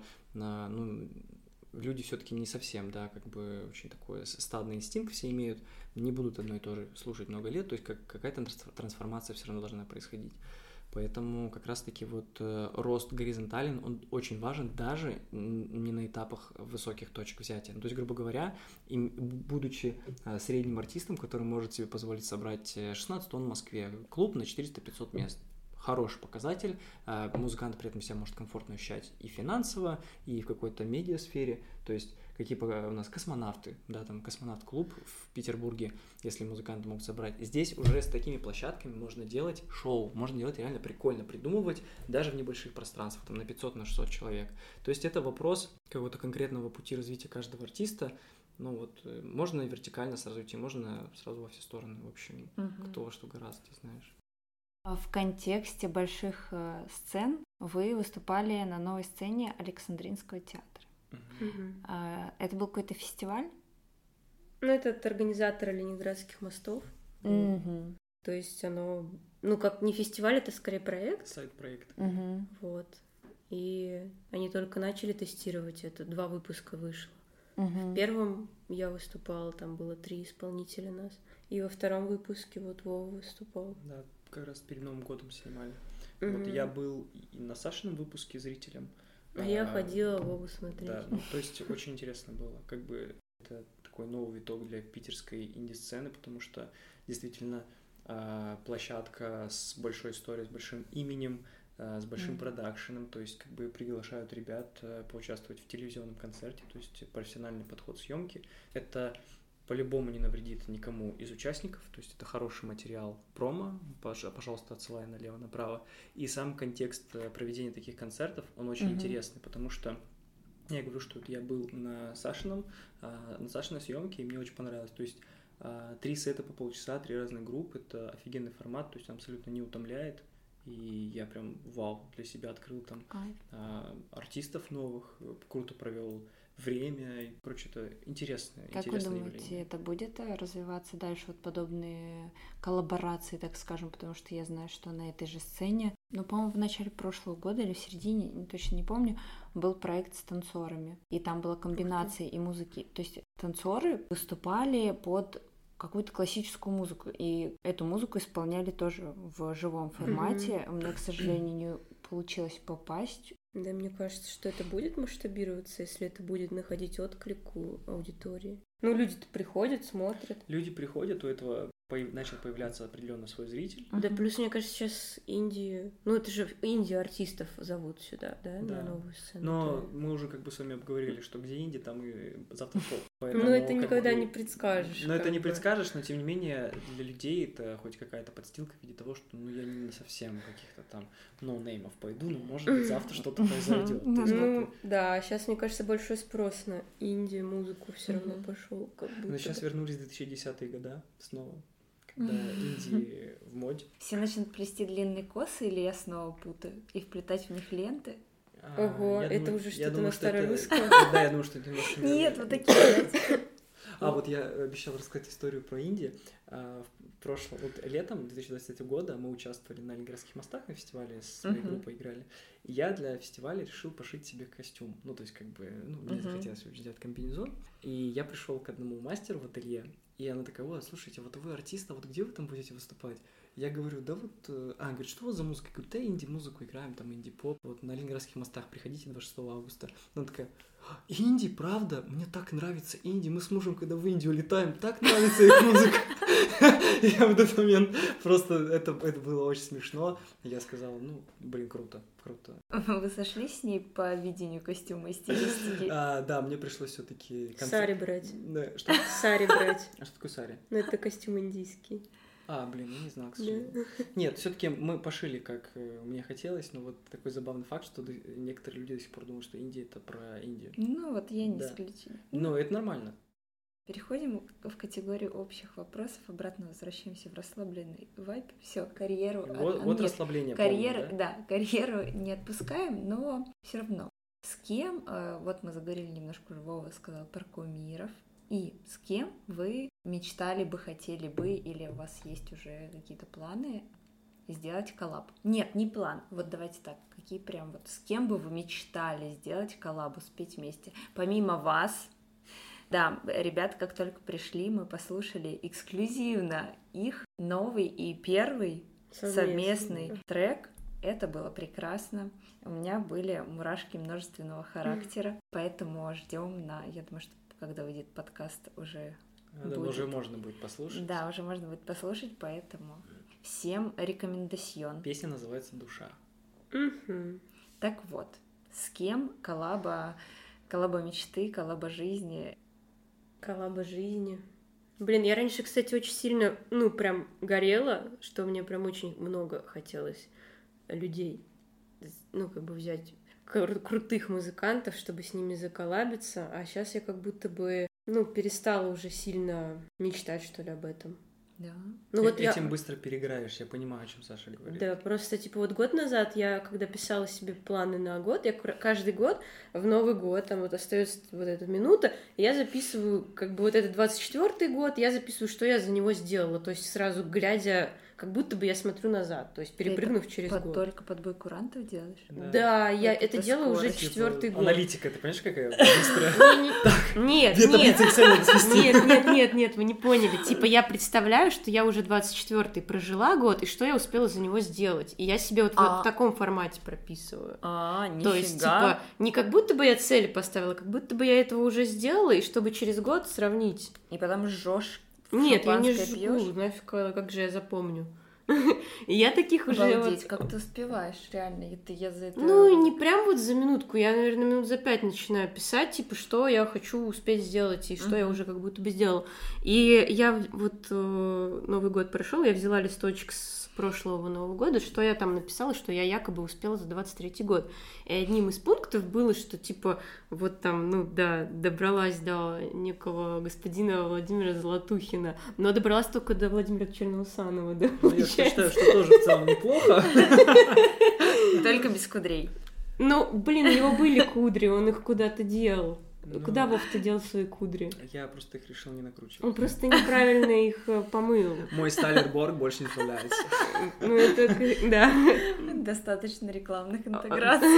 люди все-таки не совсем, да, как бы очень такой стадный инстинкт все имеют, не будут одно и то же слушать много лет, то есть какая-то трансформация все равно должна происходить. Поэтому как раз-таки вот рост горизонтален, он очень важен даже не на этапах высоких точек взятия. То есть, грубо говоря, будучи средним артистом, который может себе позволить собрать 16 тонн в Москве, клуб на 400-500 мест, хороший показатель, музыкант при этом себя может комфортно ощущать и финансово, и в какой-то медиасфере, то есть какие у нас космонавты, да, там космонавт-клуб в Петербурге, если музыканты могут собрать. Здесь уже с такими площадками можно делать шоу, можно делать реально прикольно, придумывать даже в небольших пространствах, там на 500, на 600 человек. То есть это вопрос какого-то конкретного пути развития каждого артиста. Можно вертикально сразу идти, можно сразу во все стороны, в общем, кто во что гораздо, ты знаешь. В контексте больших сцен вы выступали на новой сцене Александринского театра. Это был какой-то фестиваль? Это от организатора Ленинградских мостов. То есть оно, как не фестиваль, это скорее проект. Сайт-проект. Вот. И они только начали тестировать это, 2 выпуска вышло. В первом я выступала, там было 3 исполнителя нас. И во втором выпуске вот Вова выступал. Да, как раз перед Новым годом снимали. Вот я был и на Сашином выпуске зрителем. А я ходила Вову смотреть. Да, то есть очень интересно было. Как бы это такой новый виток для питерской инди-сцены, потому что действительно площадка с большой историей, с большим именем, с большим продакшеном, то есть как бы приглашают ребят поучаствовать в телевизионном концерте, то есть профессиональный подход съемки. Это по-любому не навредит никому из участников, то есть это хороший материал промо, пожалуйста, отсылай налево-направо. И сам контекст проведения таких концертов, он очень интересный, потому что я говорю, что я был на Сашиной съемке, и мне очень понравилось. То есть 3 сета по полчаса, 3 разных группы, это офигенный формат, то есть он абсолютно не утомляет. И я прям для себя открыл там артистов новых, круто провел время, и прочее, это интересное Как вы думаете, явление. это будет развиваться дальше, вот подобные коллаборации, так скажем, потому что я знаю, что на этой же сцене, по-моему, в начале прошлого года или в середине, точно не помню, был проект с танцорами, и там была комбинация и музыки, то есть танцоры выступали под какую-то классическую музыку, и эту музыку исполняли тоже в живом формате. У меня, к сожалению, не получилось попасть. Да, мне кажется, что это будет масштабироваться, если это будет находить отклик у аудитории. Люди-то приходят, смотрят. Люди приходят, у этого начал появляться определенно свой зритель. Да, плюс, мне кажется, сейчас Индии... Ну, это же инди-артистов зовут сюда, да, на новую сцену. Но мы уже как бы с вами обговорили, что где инди, там и завтра поп. Ну, это никогда не предскажешь. Ну, это не предскажешь, но, тем не менее, для людей это хоть какая-то подстилка в виде того, что, ну, я не совсем каких-то там ноунеймов пойду, но, может быть, завтра что-то произойдет. Ну, да, сейчас, мне кажется, большой спрос на инди-музыку все равно пошел. Но сейчас вернулись 2010-е года снова. Да, инди в моде. Все начнут плести длинные косы, или я снова путаю, и вплетать в них ленты? Ого, это уже что-то на старорусском? Да, я думаю, что это немножко... Нет, вот такие. Вот я обещал рассказать историю про инди. В прошлом, вот летом 2023 года мы участвовали на Ленинградских мостах на фестивале, с своей группой играли. И я для фестиваля решил пошить себе костюм. Ну, то есть, как бы, мне захотелось сделать комбинезон. И я пришел к одному мастеру в ателье, и она такая: вот, слушайте, вот вы артист, а вот где вы там будете выступать? Я говорю: да вот... говорит, что у вас за музыка? Я говорю: да, инди-музыку играем, там, инди-поп. Вот на Ленинградских мостах приходите 26 августа. Она такая: инди, правда? Мне так нравится инди. Мы с мужем, когда в Индию летаем, так нравится их музыка. Я в этот момент просто... Это было очень смешно. Я сказал: ну, блин, круто. Вы сошлись с ней по видению костюма и стилистики? Да, мне пришлось все-таки... Сари брать. Что? Сари брать. А что такое сари? Ну, это костюм индийский. Блин, я не знал, к сожалению. Нет, все-таки мы пошили, как мне хотелось, но вот такой забавный факт, что некоторые люди до сих пор думают, что Индия — это про Индию. Ну, вот я не исключение. Ну, это нормально. Переходим в категорию общих вопросов, обратно возвращаемся в расслабленный вайб. Все, карьеру... Вот расслабление карьеру, полное, да? Да, карьеру не отпускаем, но все равно. С кем, вот мы заговорили немножко, уже Вова сказал про кумиров, и с кем вы мечтали бы, хотели бы, или у вас есть уже какие-то планы сделать коллаб? Нет, не план, вот давайте так, какие прям вот, с кем бы вы мечтали сделать коллабу, спеть вместе, помимо вас? Да, ребята, как только пришли, мы послушали эксклюзивно их новый и первый совместный трек. Это было прекрасно. У меня были мурашки множественного характера, поэтому ждем я думаю, что когда выйдет подкаст, уже будет. Уже можно будет послушать. Да, уже можно будет послушать, поэтому всем рекомендацион. Песня называется «Душа». Так вот, с кем коллаба мечты, коллаба жизни? Коллаба жизни. Блин, я раньше, кстати, очень сильно, прям горела, что мне прям очень много хотелось людей, взять крутых музыкантов, чтобы с ними заколлабиться, а сейчас я как будто бы, перестала уже сильно мечтать, что ли, об этом. Да. Этим быстро переиграешь, я понимаю, о чем Саша говорит. Да, просто, год назад я, когда писала себе планы на год, я каждый год, в Новый год, там вот остается вот эта минута, и я записываю, этот 24-й год, я записываю, что я за него сделала, то есть сразу глядя, как будто бы я смотрю назад, то есть перепрыгнув через год. Только под бой курантов делаешь? Да, я это делаю уже 4-й год. Аналитика, ты понимаешь, какая быстрая? Нет, вы не поняли. Я представляю, что я уже 24-й прожила год, и что я успела за него сделать. И я себе вот в таком формате прописываю. Нифига. То есть, не как будто бы я цели поставила, как будто бы я этого уже сделала, и чтобы через год сравнить. И потом жжешь. Нет, я не жгу, нафиг, как же я запомню. И я таких уже... Обалдеть, как ты успеваешь, реально, я за это... не прям вот за минутку, я, наверное, минут за 5 начинаю писать, что я хочу успеть сделать, и что я уже как будто бы сделала. И я Новый год прошел, я взяла листочек с прошлого Нового года, что я там написала, что я якобы успела за 23-й год. И одним из пунктов было, что, добралась до некого господина Владимира Золотухина, но добралась только до Владимира Черноусанова, да? Я считаю, что тоже в целом неплохо. Только без кудрей. У него были кудри, он их куда-то дел. Куда Вов ты дел свои кудри? Я просто их решил не накручивать. Он просто неправильно их помыл. Мой Стайлерборг больше не справляется. Да. Достаточно рекламных интеграций.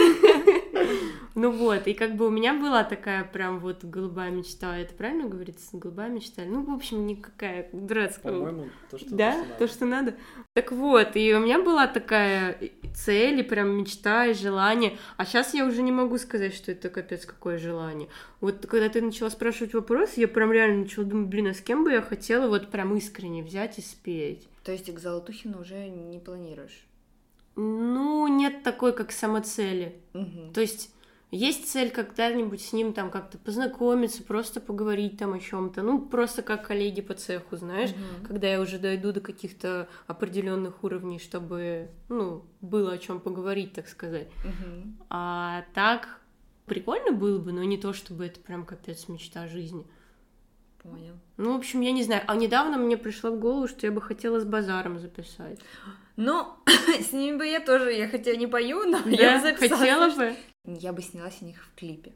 И у меня была такая прям голубая мечта. Это правильно говорится? Голубая мечта? В общем, никакая дурацкая. По-моему, то, что надо. Да? То, что надо? Так вот, и у меня была такая цель, и прям мечта и желание. А сейчас я уже не могу сказать, что это капец какое желание. Вот когда ты начала спрашивать вопрос, я прям реально начала думать, блин, а с кем бы я хотела вот прям искренне взять и спеть? То есть к Золотухину уже не планируешь? Ну, нет такой, как самоцели. Угу. То есть есть цель когда-нибудь с ним там как-то познакомиться, просто поговорить там о чем-то. Ну, просто как коллеги по цеху, знаешь, когда я уже дойду до каких-то определенных уровней, чтобы, ну, было о чем поговорить, так сказать. А так прикольно было бы, но не то, чтобы это прям капец мечта жизни. Понял. Ну, в общем, я не знаю. А недавно мне пришло в голову, что я бы хотела с Базаром записать. Ну, с ними бы я тоже, я хотя не пою, но Да, я бы записала. хотела бы. Я бы снялась у них в клипе.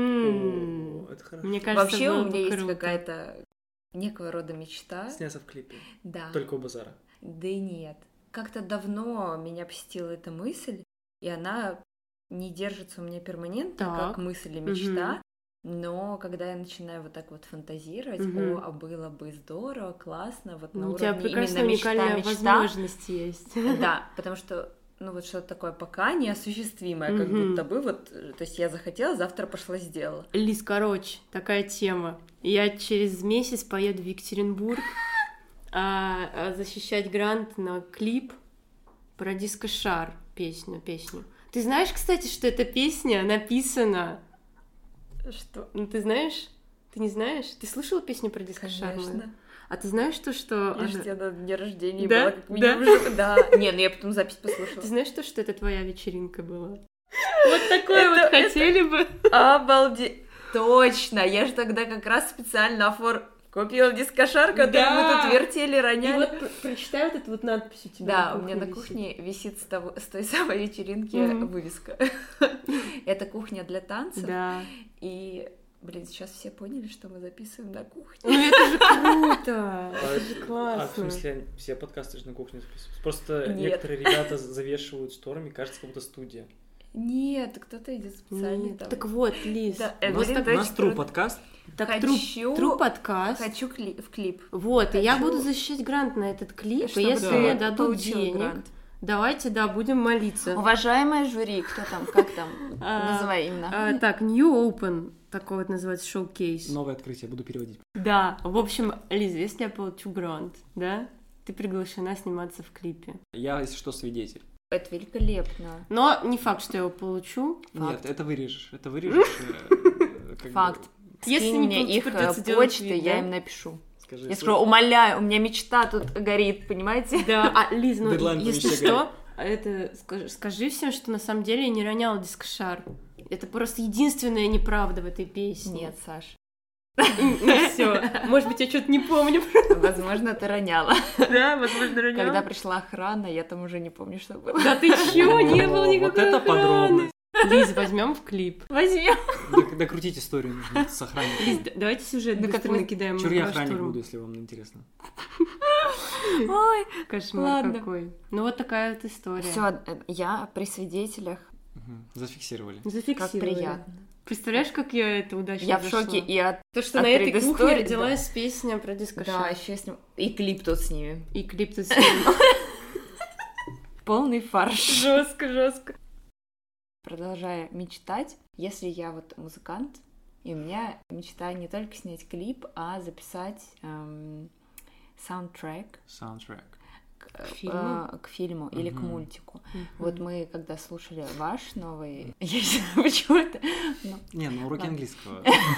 Это хорошо. Мне кажется, Вообще было у бы меня есть круто. какая-то некого рода мечта. Сняться в клипе. Да. Только у Базара. Да и нет. Как-то давно меня посетила эта мысль, и она не держится у меня перманентно, Так. как мысль и мечта. Но когда я начинаю вот так вот фантазировать, а было бы здорово, классно, вот на У тебя уровне прекрасная именно уникальная мечта. возможность есть. Да, потому что, ну вот что-то такое пока неосуществимое, как будто бы вот, то есть я захотела, завтра пошла сделала. Лиз, короче, такая тема. Я через месяц поеду в Екатеринбург защищать грант на клип про дискошар песню. Ты знаешь, кстати, что эта песня написана... Что? Ну, ты знаешь? Ты не знаешь? Ты слышала песню про дискошар? Конечно. А ты знаешь то, что... Я же тебя на дне рождения Да? была как минимум. Да. Не, ну я потом запись послушала. Ты знаешь то, что это твоя вечеринка была? Вот такое вот хотели бы. Обалдеть. Точно, я же тогда как раз специально купила дискошар, который мы тут вертели, роняли. И вот прочитай вот эту вот надпись у тебя. Да, у меня на кухне висит с той самой вечеринки вывеска. Это кухня для танцев. Да. И, блин, сейчас все поняли, что мы записываем на кухне. Ну это же круто! Это же классно! А в смысле, все подкасты же на кухне записываются? Просто Нет. некоторые ребята завешивают шторами, кажется, как будто студия. Нет, кто-то идет специально там. Так вот, Лиз, Да, У нас блин, у нас очень true круто. подкаст. так Хочу- true подкаст. Хочу в клип. Вот, и я хочу- буду защищать грант на этот клип, и Чтобы если ты мне дадут получила денег, грант. давайте, да, будем молиться. Уважаемое жюри, кто там, как там, называй именно. Так, New Open, такой вот называется шоу-кейс. Новое открытие, буду переводить. Да, в общем, Лиза, если я получу грант, да, ты приглашена сниматься в клипе. Я, если что, свидетель. Это великолепно. Но не факт, что я его получу. Нет, это вырежешь. Это вырежешь. как бы, Факт. Если Скинь не мне их придётся делать почты, вид, я да? им напишу. Скажи, Я скажу, умоляю, у меня мечта тут горит, понимаете? Да, Лиз, ну Дедлайн по если мечте что, это скажи всем, что на самом деле я не роняла дискошар. Это просто единственная неправда в этой песне. Нет, Саш. Ну все. Может быть, я что-то не помню. Возможно, ты роняла. Да, возможно, роняла. Когда пришла охрана, я там уже не помню, что было. Да ты чё, не было Вот никакой это охраны. подробность. Лиз, возьмем в клип. Возьмем. Докрутить историю нужно с охранником. Лиз, давайте сюжет Ну, как быстро мы- накидаем. Чур я на охранник штурм. буду, если вам интересно. Ой, Кошмар Ладно. какой. Ну вот такая вот история. все, я при свидетелях. Зафиксировали. Зафиксировали. Как приятно. Представляешь, как я это удачно Я в зашла? шоке и от... То, что от на этой кухне предыстории, родилась песня про Да, дискошар. еще с ним... И клип тут снимем. И клип тут снимем. Полный фарш. Жестко. Продолжая мечтать, если я вот музыкант, и у меня мечта не только снять клип, а записать саундтрек Саундтрек. к фильму или к Мгм. мультику. Вот мы, когда слушали ваш новый, я не знаю почему-то, но- Не, ну уроки Ладно. английского.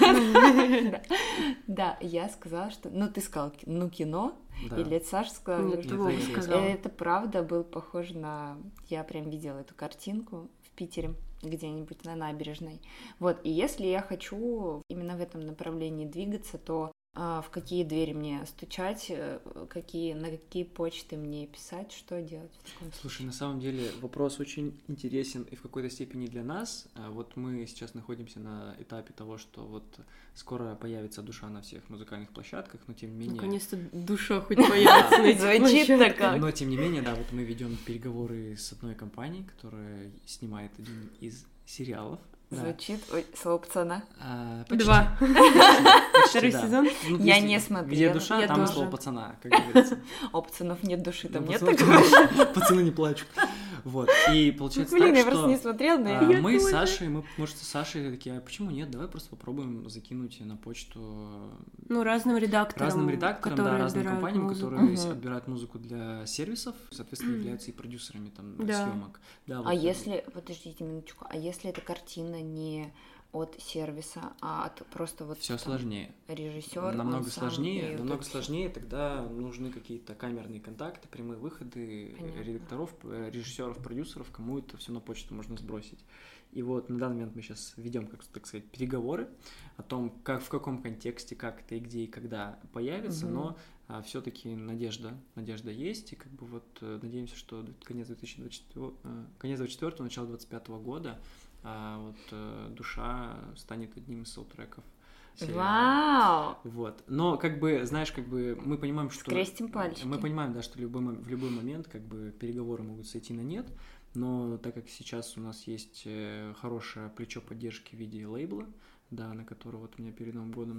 да, я сказала, что, ну ты сказал, ну кино, Да. или Саша сказала, Нет, Нет, ты Вова это я сказала. это правда был похож на... Я прям видела эту картинку в Питере, где-нибудь на набережной. Вот, и если я хочу именно в этом направлении двигаться, то в какие двери мне стучать, на какие почты мне писать, что делать в таком случае? Слушай, на самом деле вопрос очень интересен и в какой-то степени для нас. Вот мы сейчас находимся на этапе того, что вот скоро появится душа на всех музыкальных площадках, но тем не менее... Наконец-то душа хоть появится на этих Звучит-то площадках. как. Но тем не менее, да, вот мы ведем переговоры с одной компанией, которая снимает один из сериалов. Да. Звучит, ой, слово пацана. Почти. 2. Почти, Второй да. сезон? Ну, Я если не смотрела. Где душа, Я там и тоже. слово пацана, как говорится. А у пацанов нет души, там Ну, нет пацаны- такого? Пацаны не плачут. Вот, и получается Блин, так, я что просто не смотрела, но мы с Сашей, может, с Сашей такие, а почему нет, давай просто попробуем закинуть на почту разным редакторам, да, разным компаниям, музыку. которые отбирают музыку для сервисов, соответственно, являются и продюсерами там съемок. Да, а если, подождите минуточку, а если эта картина не от сервиса, а от просто вот все сложнее. Режиссер намного сложнее, тогда нужны какие-то камерные контакты, прямые выходы редакторов, режиссеров, продюсеров, кому это все на почту можно сбросить. И вот на данный момент мы сейчас ведем, как так сказать, переговоры о том, как, в каком контексте, как это и где и когда появится, но все-таки надежда есть, и как бы вот надеемся, что конец 2024, начало 2025 года вот «Душа» станет одним из саундтреков сериала. Вау! Вот. Но, как бы, знаешь, как бы мы понимаем, что... Скрестим пальчики. Мы понимаем, да, что в любой момент как бы переговоры могут сойти на нет, но так как сейчас у нас есть хорошее плечо поддержки в виде лейбла, да, на который вот у меня перед Новым годом,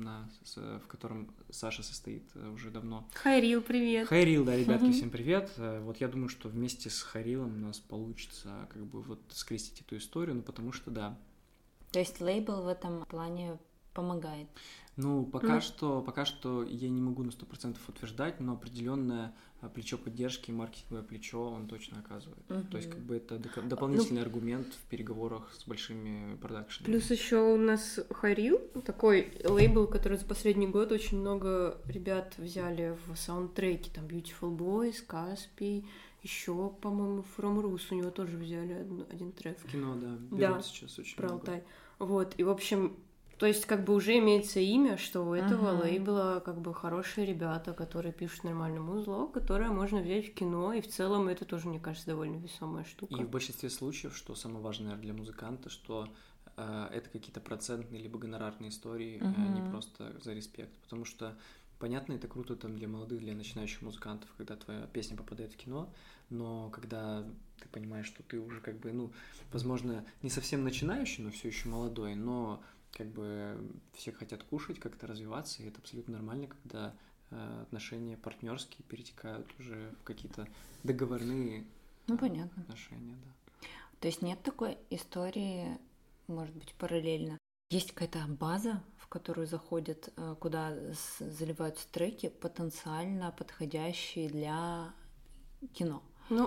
в котором Саша состоит уже давно. Хайрил, привет! Хайрил, да, ребятки, всем привет. Вот я думаю, что вместе с Хайрилом у нас получится как бы вот скрестить эту историю, ну потому что, да. То есть лейбл в этом плане помогает? Ну, пока что я не могу на 100% утверждать, но определенное плечо поддержки, маркетинговое плечо он точно оказывает. То есть, как бы это дополнительный аргумент в переговорах с большими продакшенами. Плюс еще у нас Хайрил, такой лейбл, который за последний год очень много ребят взяли в саундтреки, там Beautiful Boys, Каспий, еще, по-моему, From Rus у него тоже взяли один трек. В кино, да, берут сейчас очень про много. Алтай. Вот, и, в общем, то есть, как бы уже имеется имя, что у этого лейбла как бы хорошие ребята, которые пишут нормальное музло, которое можно взять в кино, и в целом это тоже, мне кажется, довольно весомая штука. И в большинстве случаев, что самое важное для музыканта, что это какие-то процентные либо гонорарные истории, не просто за респект, потому что понятно, это круто там для молодых, для начинающих музыкантов, когда твоя песня попадает в кино, но когда ты понимаешь, что ты уже как бы, ну, возможно, не совсем начинающий, но все еще молодой, но как бы все хотят кушать, как-то развиваться, и это абсолютно нормально, когда отношения партнерские перетекают уже в какие-то договорные понятно. отношения, да. То есть нет такой истории, может быть, параллельно. Есть какая-то база, в которую заходят, куда заливаются треки, потенциально подходящие для кино.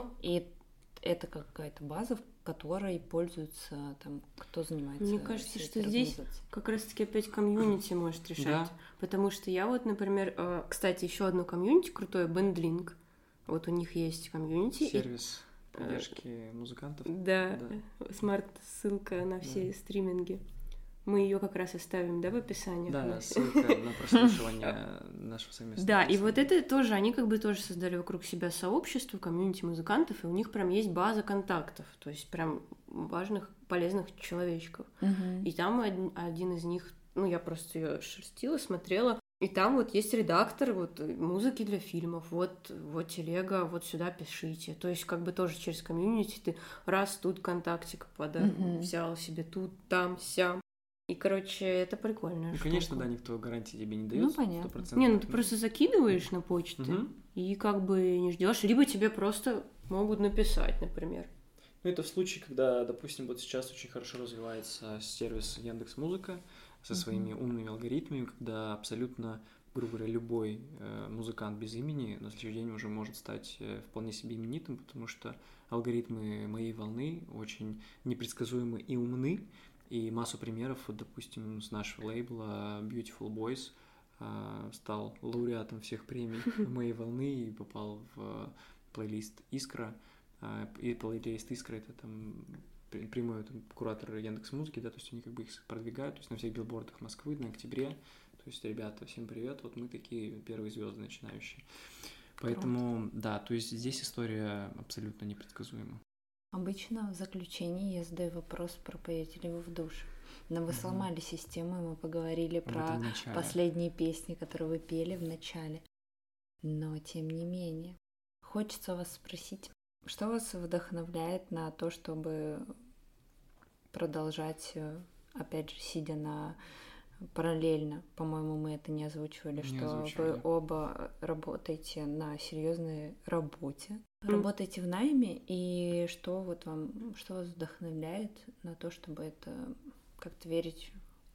И это какая-то база, в которой пользуются там, кто занимается. Мне кажется, что здесь как раз-таки опять комьюнити может решать. Да. Потому что я вот, например, кстати, еще одно комьюнити крутое, BandLink. Вот у них есть комьюнити. Сервис поддержки музыкантов. Да. Смарт-ссылка на все стриминги. Мы ее как раз оставим, да, в описании. Да, ссылка на прослушивание нашего совместного. Да, и вот это тоже, они как бы тоже создали вокруг себя сообщество, комьюнити музыкантов, и у них прям есть база контактов, то есть прям важных, полезных человечков. И там один из них, ну, я просто ее шерстила, смотрела, и там вот есть редактор вот музыки для фильмов, вот телега, вот сюда пишите. То есть как бы тоже через комьюнити ты раз тут контактик взял себе тут, там, сям. И, короче, это прикольно. Конечно, да, никто гарантии тебе не дает. Ну, понятно. 100%. Не, ну ты просто закидываешь на почту и как бы не ждешь, либо тебе просто могут написать, например. Ну, это в случае, когда, допустим, вот сейчас очень хорошо развивается сервис Яндекс.Музыка со своими умными алгоритмами, когда абсолютно, грубо говоря, любой музыкант без имени на следующий день уже может стать вполне себе именитым, потому что алгоритмы моей волны очень непредсказуемы и умны. И массу примеров, вот, допустим, с нашего лейбла Beautiful Boys стал лауреатом всех премий моей волны и попал в плейлист «Искра». И плейлист «Искра» — это там прямой куратор Яндекс.Музыки, да, то есть они как бы их продвигают, то есть на всех билбордах Москвы на октябре. То есть, ребята, всем привет, вот мы такие первые звезды начинающие. Поэтому, да, то есть здесь история абсолютно непредсказуема. Обычно в заключении я задаю вопрос, пропоете ли вы в душе. Но вы сломали систему, и мы поговорили про последние песни, которые вы пели в начале. Но, тем не менее, хочется вас спросить, что вас вдохновляет на то, чтобы продолжать, опять же, сидя на параллельно, по-моему, мы это не озвучивали, что вы оба работаете на серьезной работе, работаете в найме, и что вот вам, что вас вдохновляет на то, чтобы это как-то верить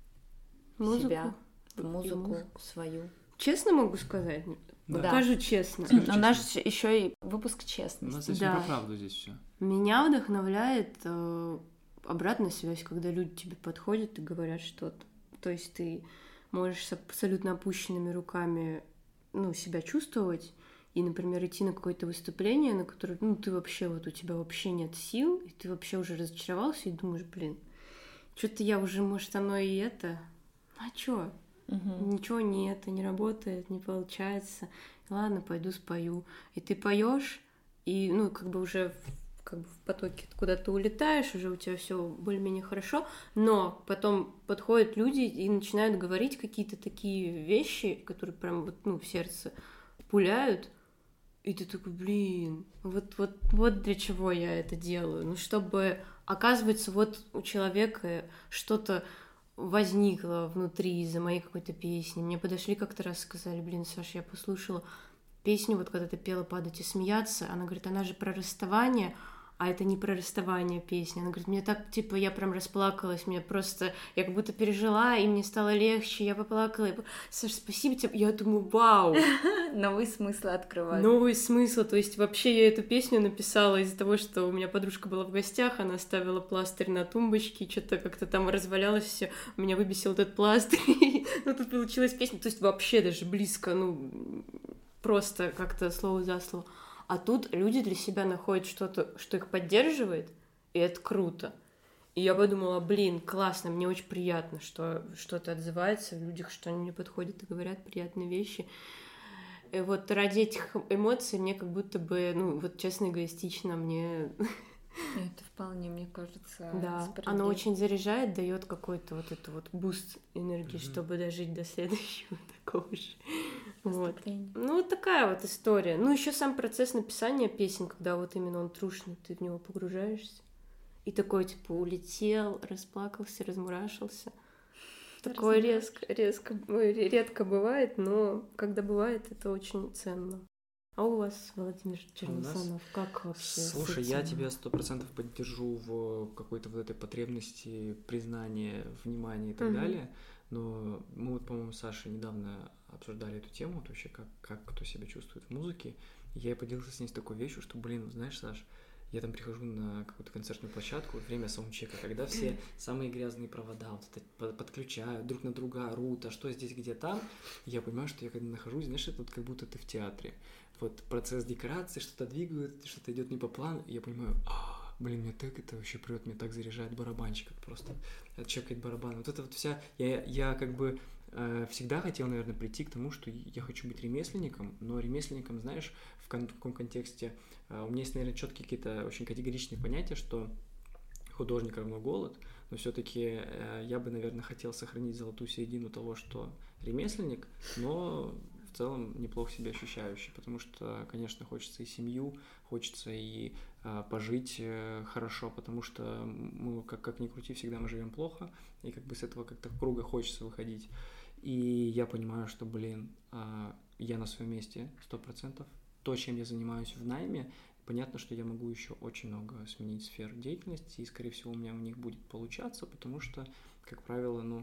в себя, в музыку свою? Честно могу сказать? Да. Скажу честно. У нас еще и выпуск честности. У нас здесь про правду здесь все. Меня вдохновляет обратная связь, когда люди тебе подходят и говорят что-то. То есть ты можешь с абсолютно опущенными руками, себя чувствовать и, например, идти на какое-то выступление, на которое, ты вообще, вот у тебя вообще нет сил, и ты вообще уже разочаровался и думаешь, что-то я уже, может, оно и это, а чё? Ничего не работает, не получается. Ладно, пойду спою. И ты поешь, и, уже в потоке куда ты улетаешь, уже у тебя все более-менее хорошо, но потом подходят люди и начинают говорить какие-то такие вещи, которые прям в сердце пуляют, и ты такой, вот для чего я это делаю, чтобы, оказывается, вот у человека что-то возникло внутри из-за моей какой-то песни. Мне подошли как-то раз, сказали, Саша, я послушала песню, вот когда ты пела «Падать и смеяться», она говорит, она же про расставание, а это не про расставание песня. Она говорит, мне так, я прям расплакалась, я как будто пережила, и мне стало легче, я поплакала. Саша, спасибо тебе. Я думаю, вау! Новые смыслы открывают. Новые смыслы. То есть вообще я эту песню написала из-за того, что у меня подружка была в гостях, она ставила пластырь на тумбочке, что-то как-то там развалялось все, меня выбесил этот пластырь. Тут получилась песня, то есть вообще даже близко, просто как-то слово за слово. А тут люди для себя находят что-то, что их поддерживает, и это круто. И я подумала, классно, мне очень приятно, что что-то отзывается в людях, что они мне подходят и говорят приятные вещи. И вот ради этих эмоций мне как будто бы, честно, эгоистично мне... Это вполне, мне кажется, да, оно очень заряжает, дает какой-то буст энергии, чтобы дожить до следующего такого же. Вот. Такая вот история. Еще сам процесс написания песен, когда именно он трушный, ты в него погружаешься. И такой, улетел, расплакался, размурашился. Такое редко бывает, но когда бывает, это очень ценно. А у вас, Владимир Черносанов, как вообще? Слушай, я тебя 100% поддержу в какой-то этой потребности признания, внимания и так далее. Но мы по-моему, с Сашей недавно обсуждали эту тему, вообще как кто себя чувствует в музыке. И я поделился с ней такой вещью, что, знаешь, Саш, я там прихожу на какую-то концертную площадку, время саундчека, когда все самые грязные провода подключают, друг на друга орут, а что здесь, где там. И я понимаю, что я когда нахожусь, знаешь, это как будто ты в театре. Процесс декорации, что-то двигают, что-то идет не по плану, и я понимаю, меня так это вообще прет, меня так заряжает барабанщик, просто отчекает барабан. Это вся... Я как бы всегда хотел, наверное, прийти к тому, что я хочу быть ремесленником, но ремесленником, знаешь, в каком контексте... У меня есть, наверное, четкие какие-то очень категоричные понятия, что художник равно голод, но все-таки я бы, наверное, хотел сохранить золотую середину того, что ремесленник, но в целом неплохо себя ощущающий, потому что, конечно, хочется и семью, хочется и пожить хорошо, потому что мы, как ни крути, всегда мы живем плохо, и как бы с этого как-то круга хочется выходить. И я понимаю, что, я на своем месте 100%. То, чем я занимаюсь в найме, понятно, что я могу еще очень много сменить сфер деятельности, и, скорее всего, у меня в них будет получаться, потому что, как правило,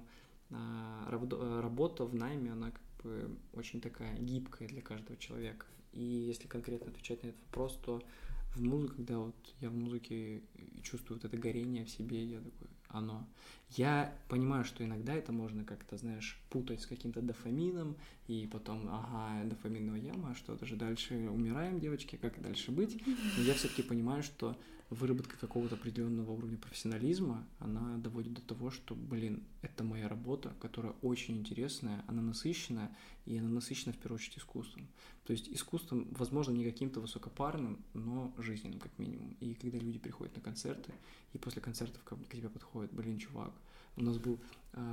работа в найме, она как бы очень такая гибкая для каждого человека. И если конкретно отвечать на этот вопрос, то в музыке, когда я в музыке чувствую это горение в себе, я такой, оно. Я понимаю, что иногда это можно как-то, знаешь, путать с каким-то дофамином, и потом, дофаминовая яма, что-то же дальше умираем, девочки, как дальше быть? Но я все-таки понимаю, что выработка какого-то определенного уровня профессионализма, она доводит до того, что, это моя работа, которая очень интересная, она насыщенная, и она насыщена в первую очередь искусством. То есть искусством, возможно, не каким-то высокопарным, но жизненным как минимум. И когда люди приходят на концерты, и после концертов к тебе подходит, чувак, у нас был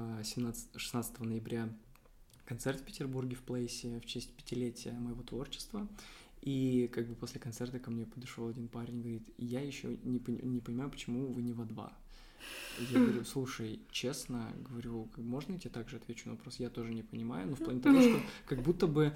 16 ноября концерт в Петербурге в Плейсе в честь 5-летия моего творчества. И как бы после концерта ко мне подошел один парень и говорит, я еще не понимаю, почему вы не во 2. Я говорю, слушай, честно, говорю, можно я тебе также отвечу на вопрос? Я тоже не понимаю, но в плане того, что как будто бы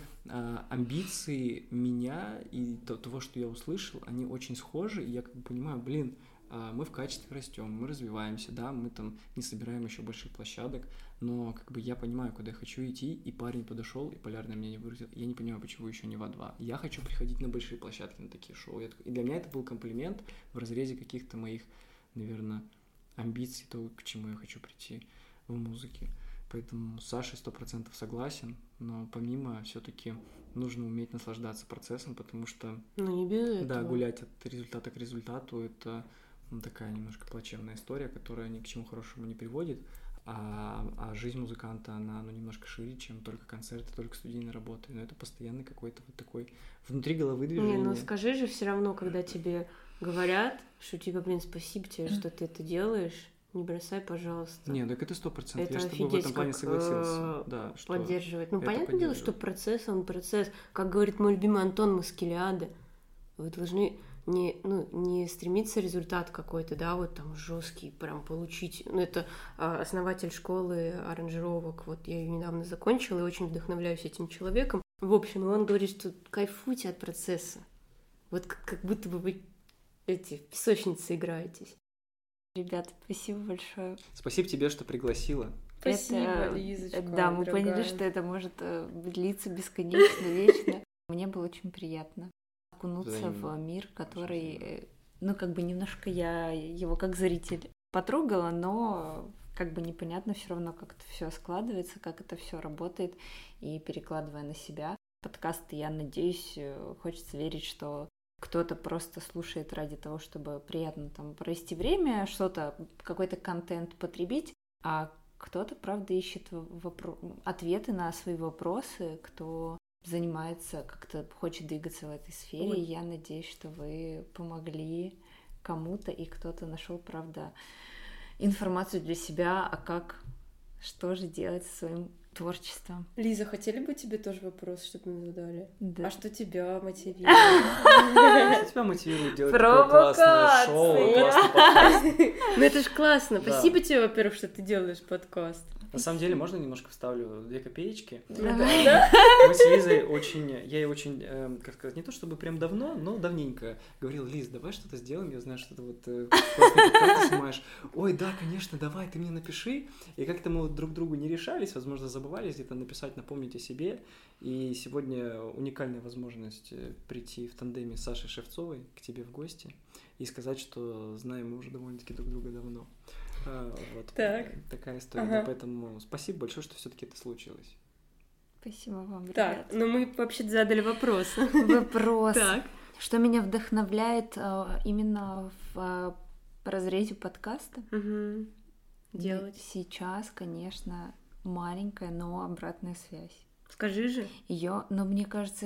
амбиции меня и того, что я услышал, они очень схожи, и я как бы понимаю, блин, мы в качестве растем, мы развиваемся, да, мы там не собираем еще больших площадок, но как бы я понимаю, куда я хочу идти, и парень подошел и полярное мнение выразил. Я не понимаю, почему еще не в А2. Я хочу приходить на большие площадки, на такие шоу. И для меня это был комплимент в разрезе каких-то моих, наверное, амбиций, то, к чему я хочу прийти в музыке. Поэтому с Сашей 100% согласен, но помимо все-таки нужно уметь наслаждаться процессом, потому что не без этого. Да, гулять от результата к результату — это такая немножко плачевная история, которая ни к чему хорошему не приводит, а жизнь музыканта, она немножко шире, чем только концерты, только студийные работы, но это постоянный какой-то вот такой внутри головы движение. Не, ну скажи же все равно, когда тебе говорят, что типа, блин, спасибо тебе, что ты это делаешь, не бросай, пожалуйста. Не, так это 100%. Это я с тобой в этом плане согласился. Да, что поддерживать. Ну, понятное дело, что процесс, он процесс. Как говорит мой любимый Антон Маскеляде, вы должны не стремиться результат какой-то, да, вот там жесткий, прям получить. Ну, это основатель школы аранжировок. Вот я ее недавно закончила и очень вдохновляюсь этим человеком. В общем, он говорит, что кайфуйте от процесса. Вот как будто бы вы в песочнице играетесь. Ребята, спасибо большое. Спасибо тебе, что пригласила. Спасибо, Лизочка. Да, мы поняли, что это может длиться бесконечно, вечно. Мне было очень приятно окунуться в мир, который, как бы немножко я его как зритель потрогала, но как бы непонятно все равно, как это все складывается, как это все работает, и перекладывая на себя подкасты, я надеюсь, хочется верить, что кто-то просто слушает ради того, чтобы приятно там провести время, что-то, какой-то контент потребить, а кто-то, правда, ищет ответы на свои вопросы, кто занимается, как-то хочет двигаться в этой сфере. И я надеюсь, что вы помогли кому-то, и кто-то нашел, правда, информацию для себя, что же делать со своим творчеством. Лиза, хотели бы тебе тоже вопрос, чтобы мы задали? Да. А что тебя мотивирует? Что тебя мотивирует делать такое классное шоу, классный подкаст? Ну это ж классно. Спасибо тебе, во-первых, что ты делаешь подкаст. На самом деле, можно немножко вставлю 2 копеечки? Да? Мы с Лизой я ей очень, как сказать, не то чтобы прям давно, но давненько говорил: Лиз, давай что-то сделаем, я знаю, что ты вот классный подкаст снимаешь. Ой, да, конечно, давай, ты мне напиши. И как-то мы вот друг другу не решались, возможно, забывались где-то написать, напомнить о себе. И сегодня уникальная возможность прийти в тандеме с Сашей Шевцовой к тебе в гости и сказать, что знаем мы уже довольно-таки друг друга давно. Вот такая история. Да, поэтому спасибо большое, что все-таки это случилось. Спасибо вам, ребят. Так, ну мы вообще задали вопрос. Вопрос. Так. Что меня вдохновляет именно в разрезе подкаста? Делать. Сейчас, конечно, маленькая, но обратная связь. Скажи же. Но мне кажется,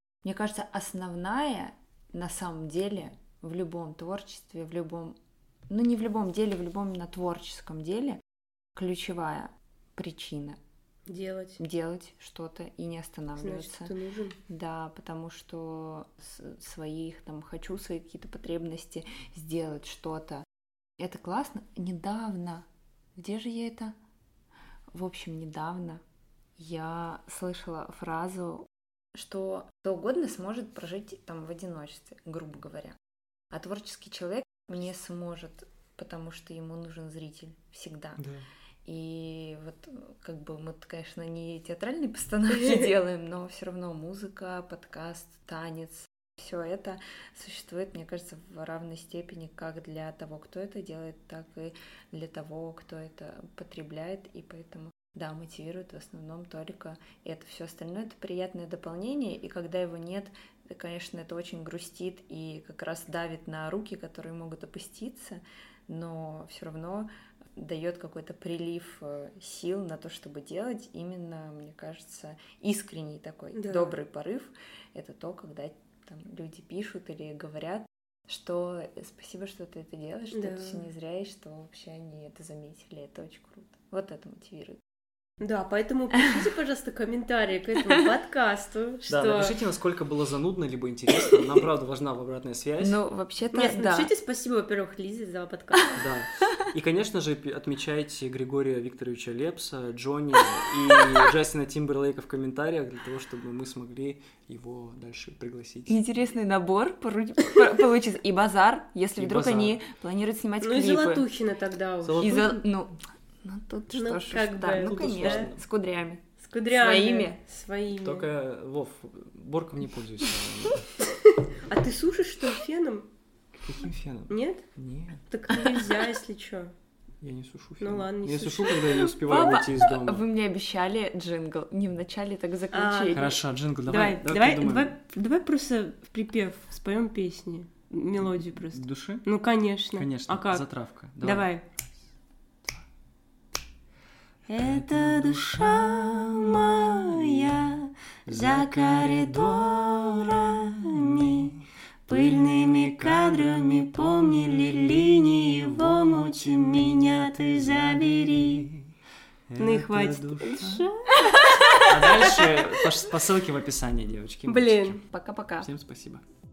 основная на самом деле в любом творчестве, не в любом деле, в любом именно творческом деле ключевая причина делать что-то и не останавливаться. Значит, ты нужен. Да, потому что свои какие-то потребности сделать что-то. Это классно. Недавно. Где же я это? В общем, недавно я слышала фразу, что кто угодно сможет прожить там в одиночестве, грубо говоря. А творческий человек не сможет, потому что ему нужен зритель всегда. Да. И вот как бы мы, конечно, не театральные постановки делаем, но все равно музыка, подкаст, танец, все это существует, мне кажется, в равной степени как для того, кто это делает, так и для того, кто это потребляет, и поэтому да, мотивирует в основном только это. Все остальное — это приятное дополнение, и когда его нет, конечно, это очень грустит и как раз давит на руки, которые могут опуститься, но все равно дает какой-то прилив сил на то, чтобы делать. Именно, мне кажется, искренний такой добрый порыв — это то, когда там люди пишут или говорят, что спасибо, что ты это делаешь, что это все не зря, и что вообще они это заметили, это очень круто. Вот это мотивирует. Да, поэтому пишите, пожалуйста, комментарии к этому подкасту. Да, напишите, насколько было занудно, либо интересно. Нам, правда, важна обратная связь. Ну, вообще-то, Нет, да. напишите спасибо, во-первых, Лизе за подкаст. Да. И, конечно же, отмечайте Григория Викторовича Лепса, Джонни и Джастина Тимберлейка в комментариях, для того, чтобы мы смогли его дальше пригласить. Интересный набор получится. И базар, если вдруг они планируют снимать клипы. Ну, и Золотухина тогда уже. Ну, тут ну, что ж, как да, бы, ну, конечно, с кудрями. С кудрями. Своими. Только, Вов, борком не пользуйся. А ты сушишь, что ли, феном? Каким феном? Нет? Нет. Так нельзя, если что. Я не сушу фен. Ну ладно, не Я суши. сушу, когда я не успеваю выйти из дома. Вы мне обещали джингл. Не в начале, так в заключении. Хорошо, джингл, Давай просто в припев споем песни. Мелодию просто. Души? Ну, конечно. Конечно, А как? затравка. Давай. Это душа моя за коридорами, пыльными кадрами помнили линии в омуте, меня ты забери. Ну и хватит. А дальше по ссылке в описании, девочки. Блин. Пока-пока. Всем спасибо.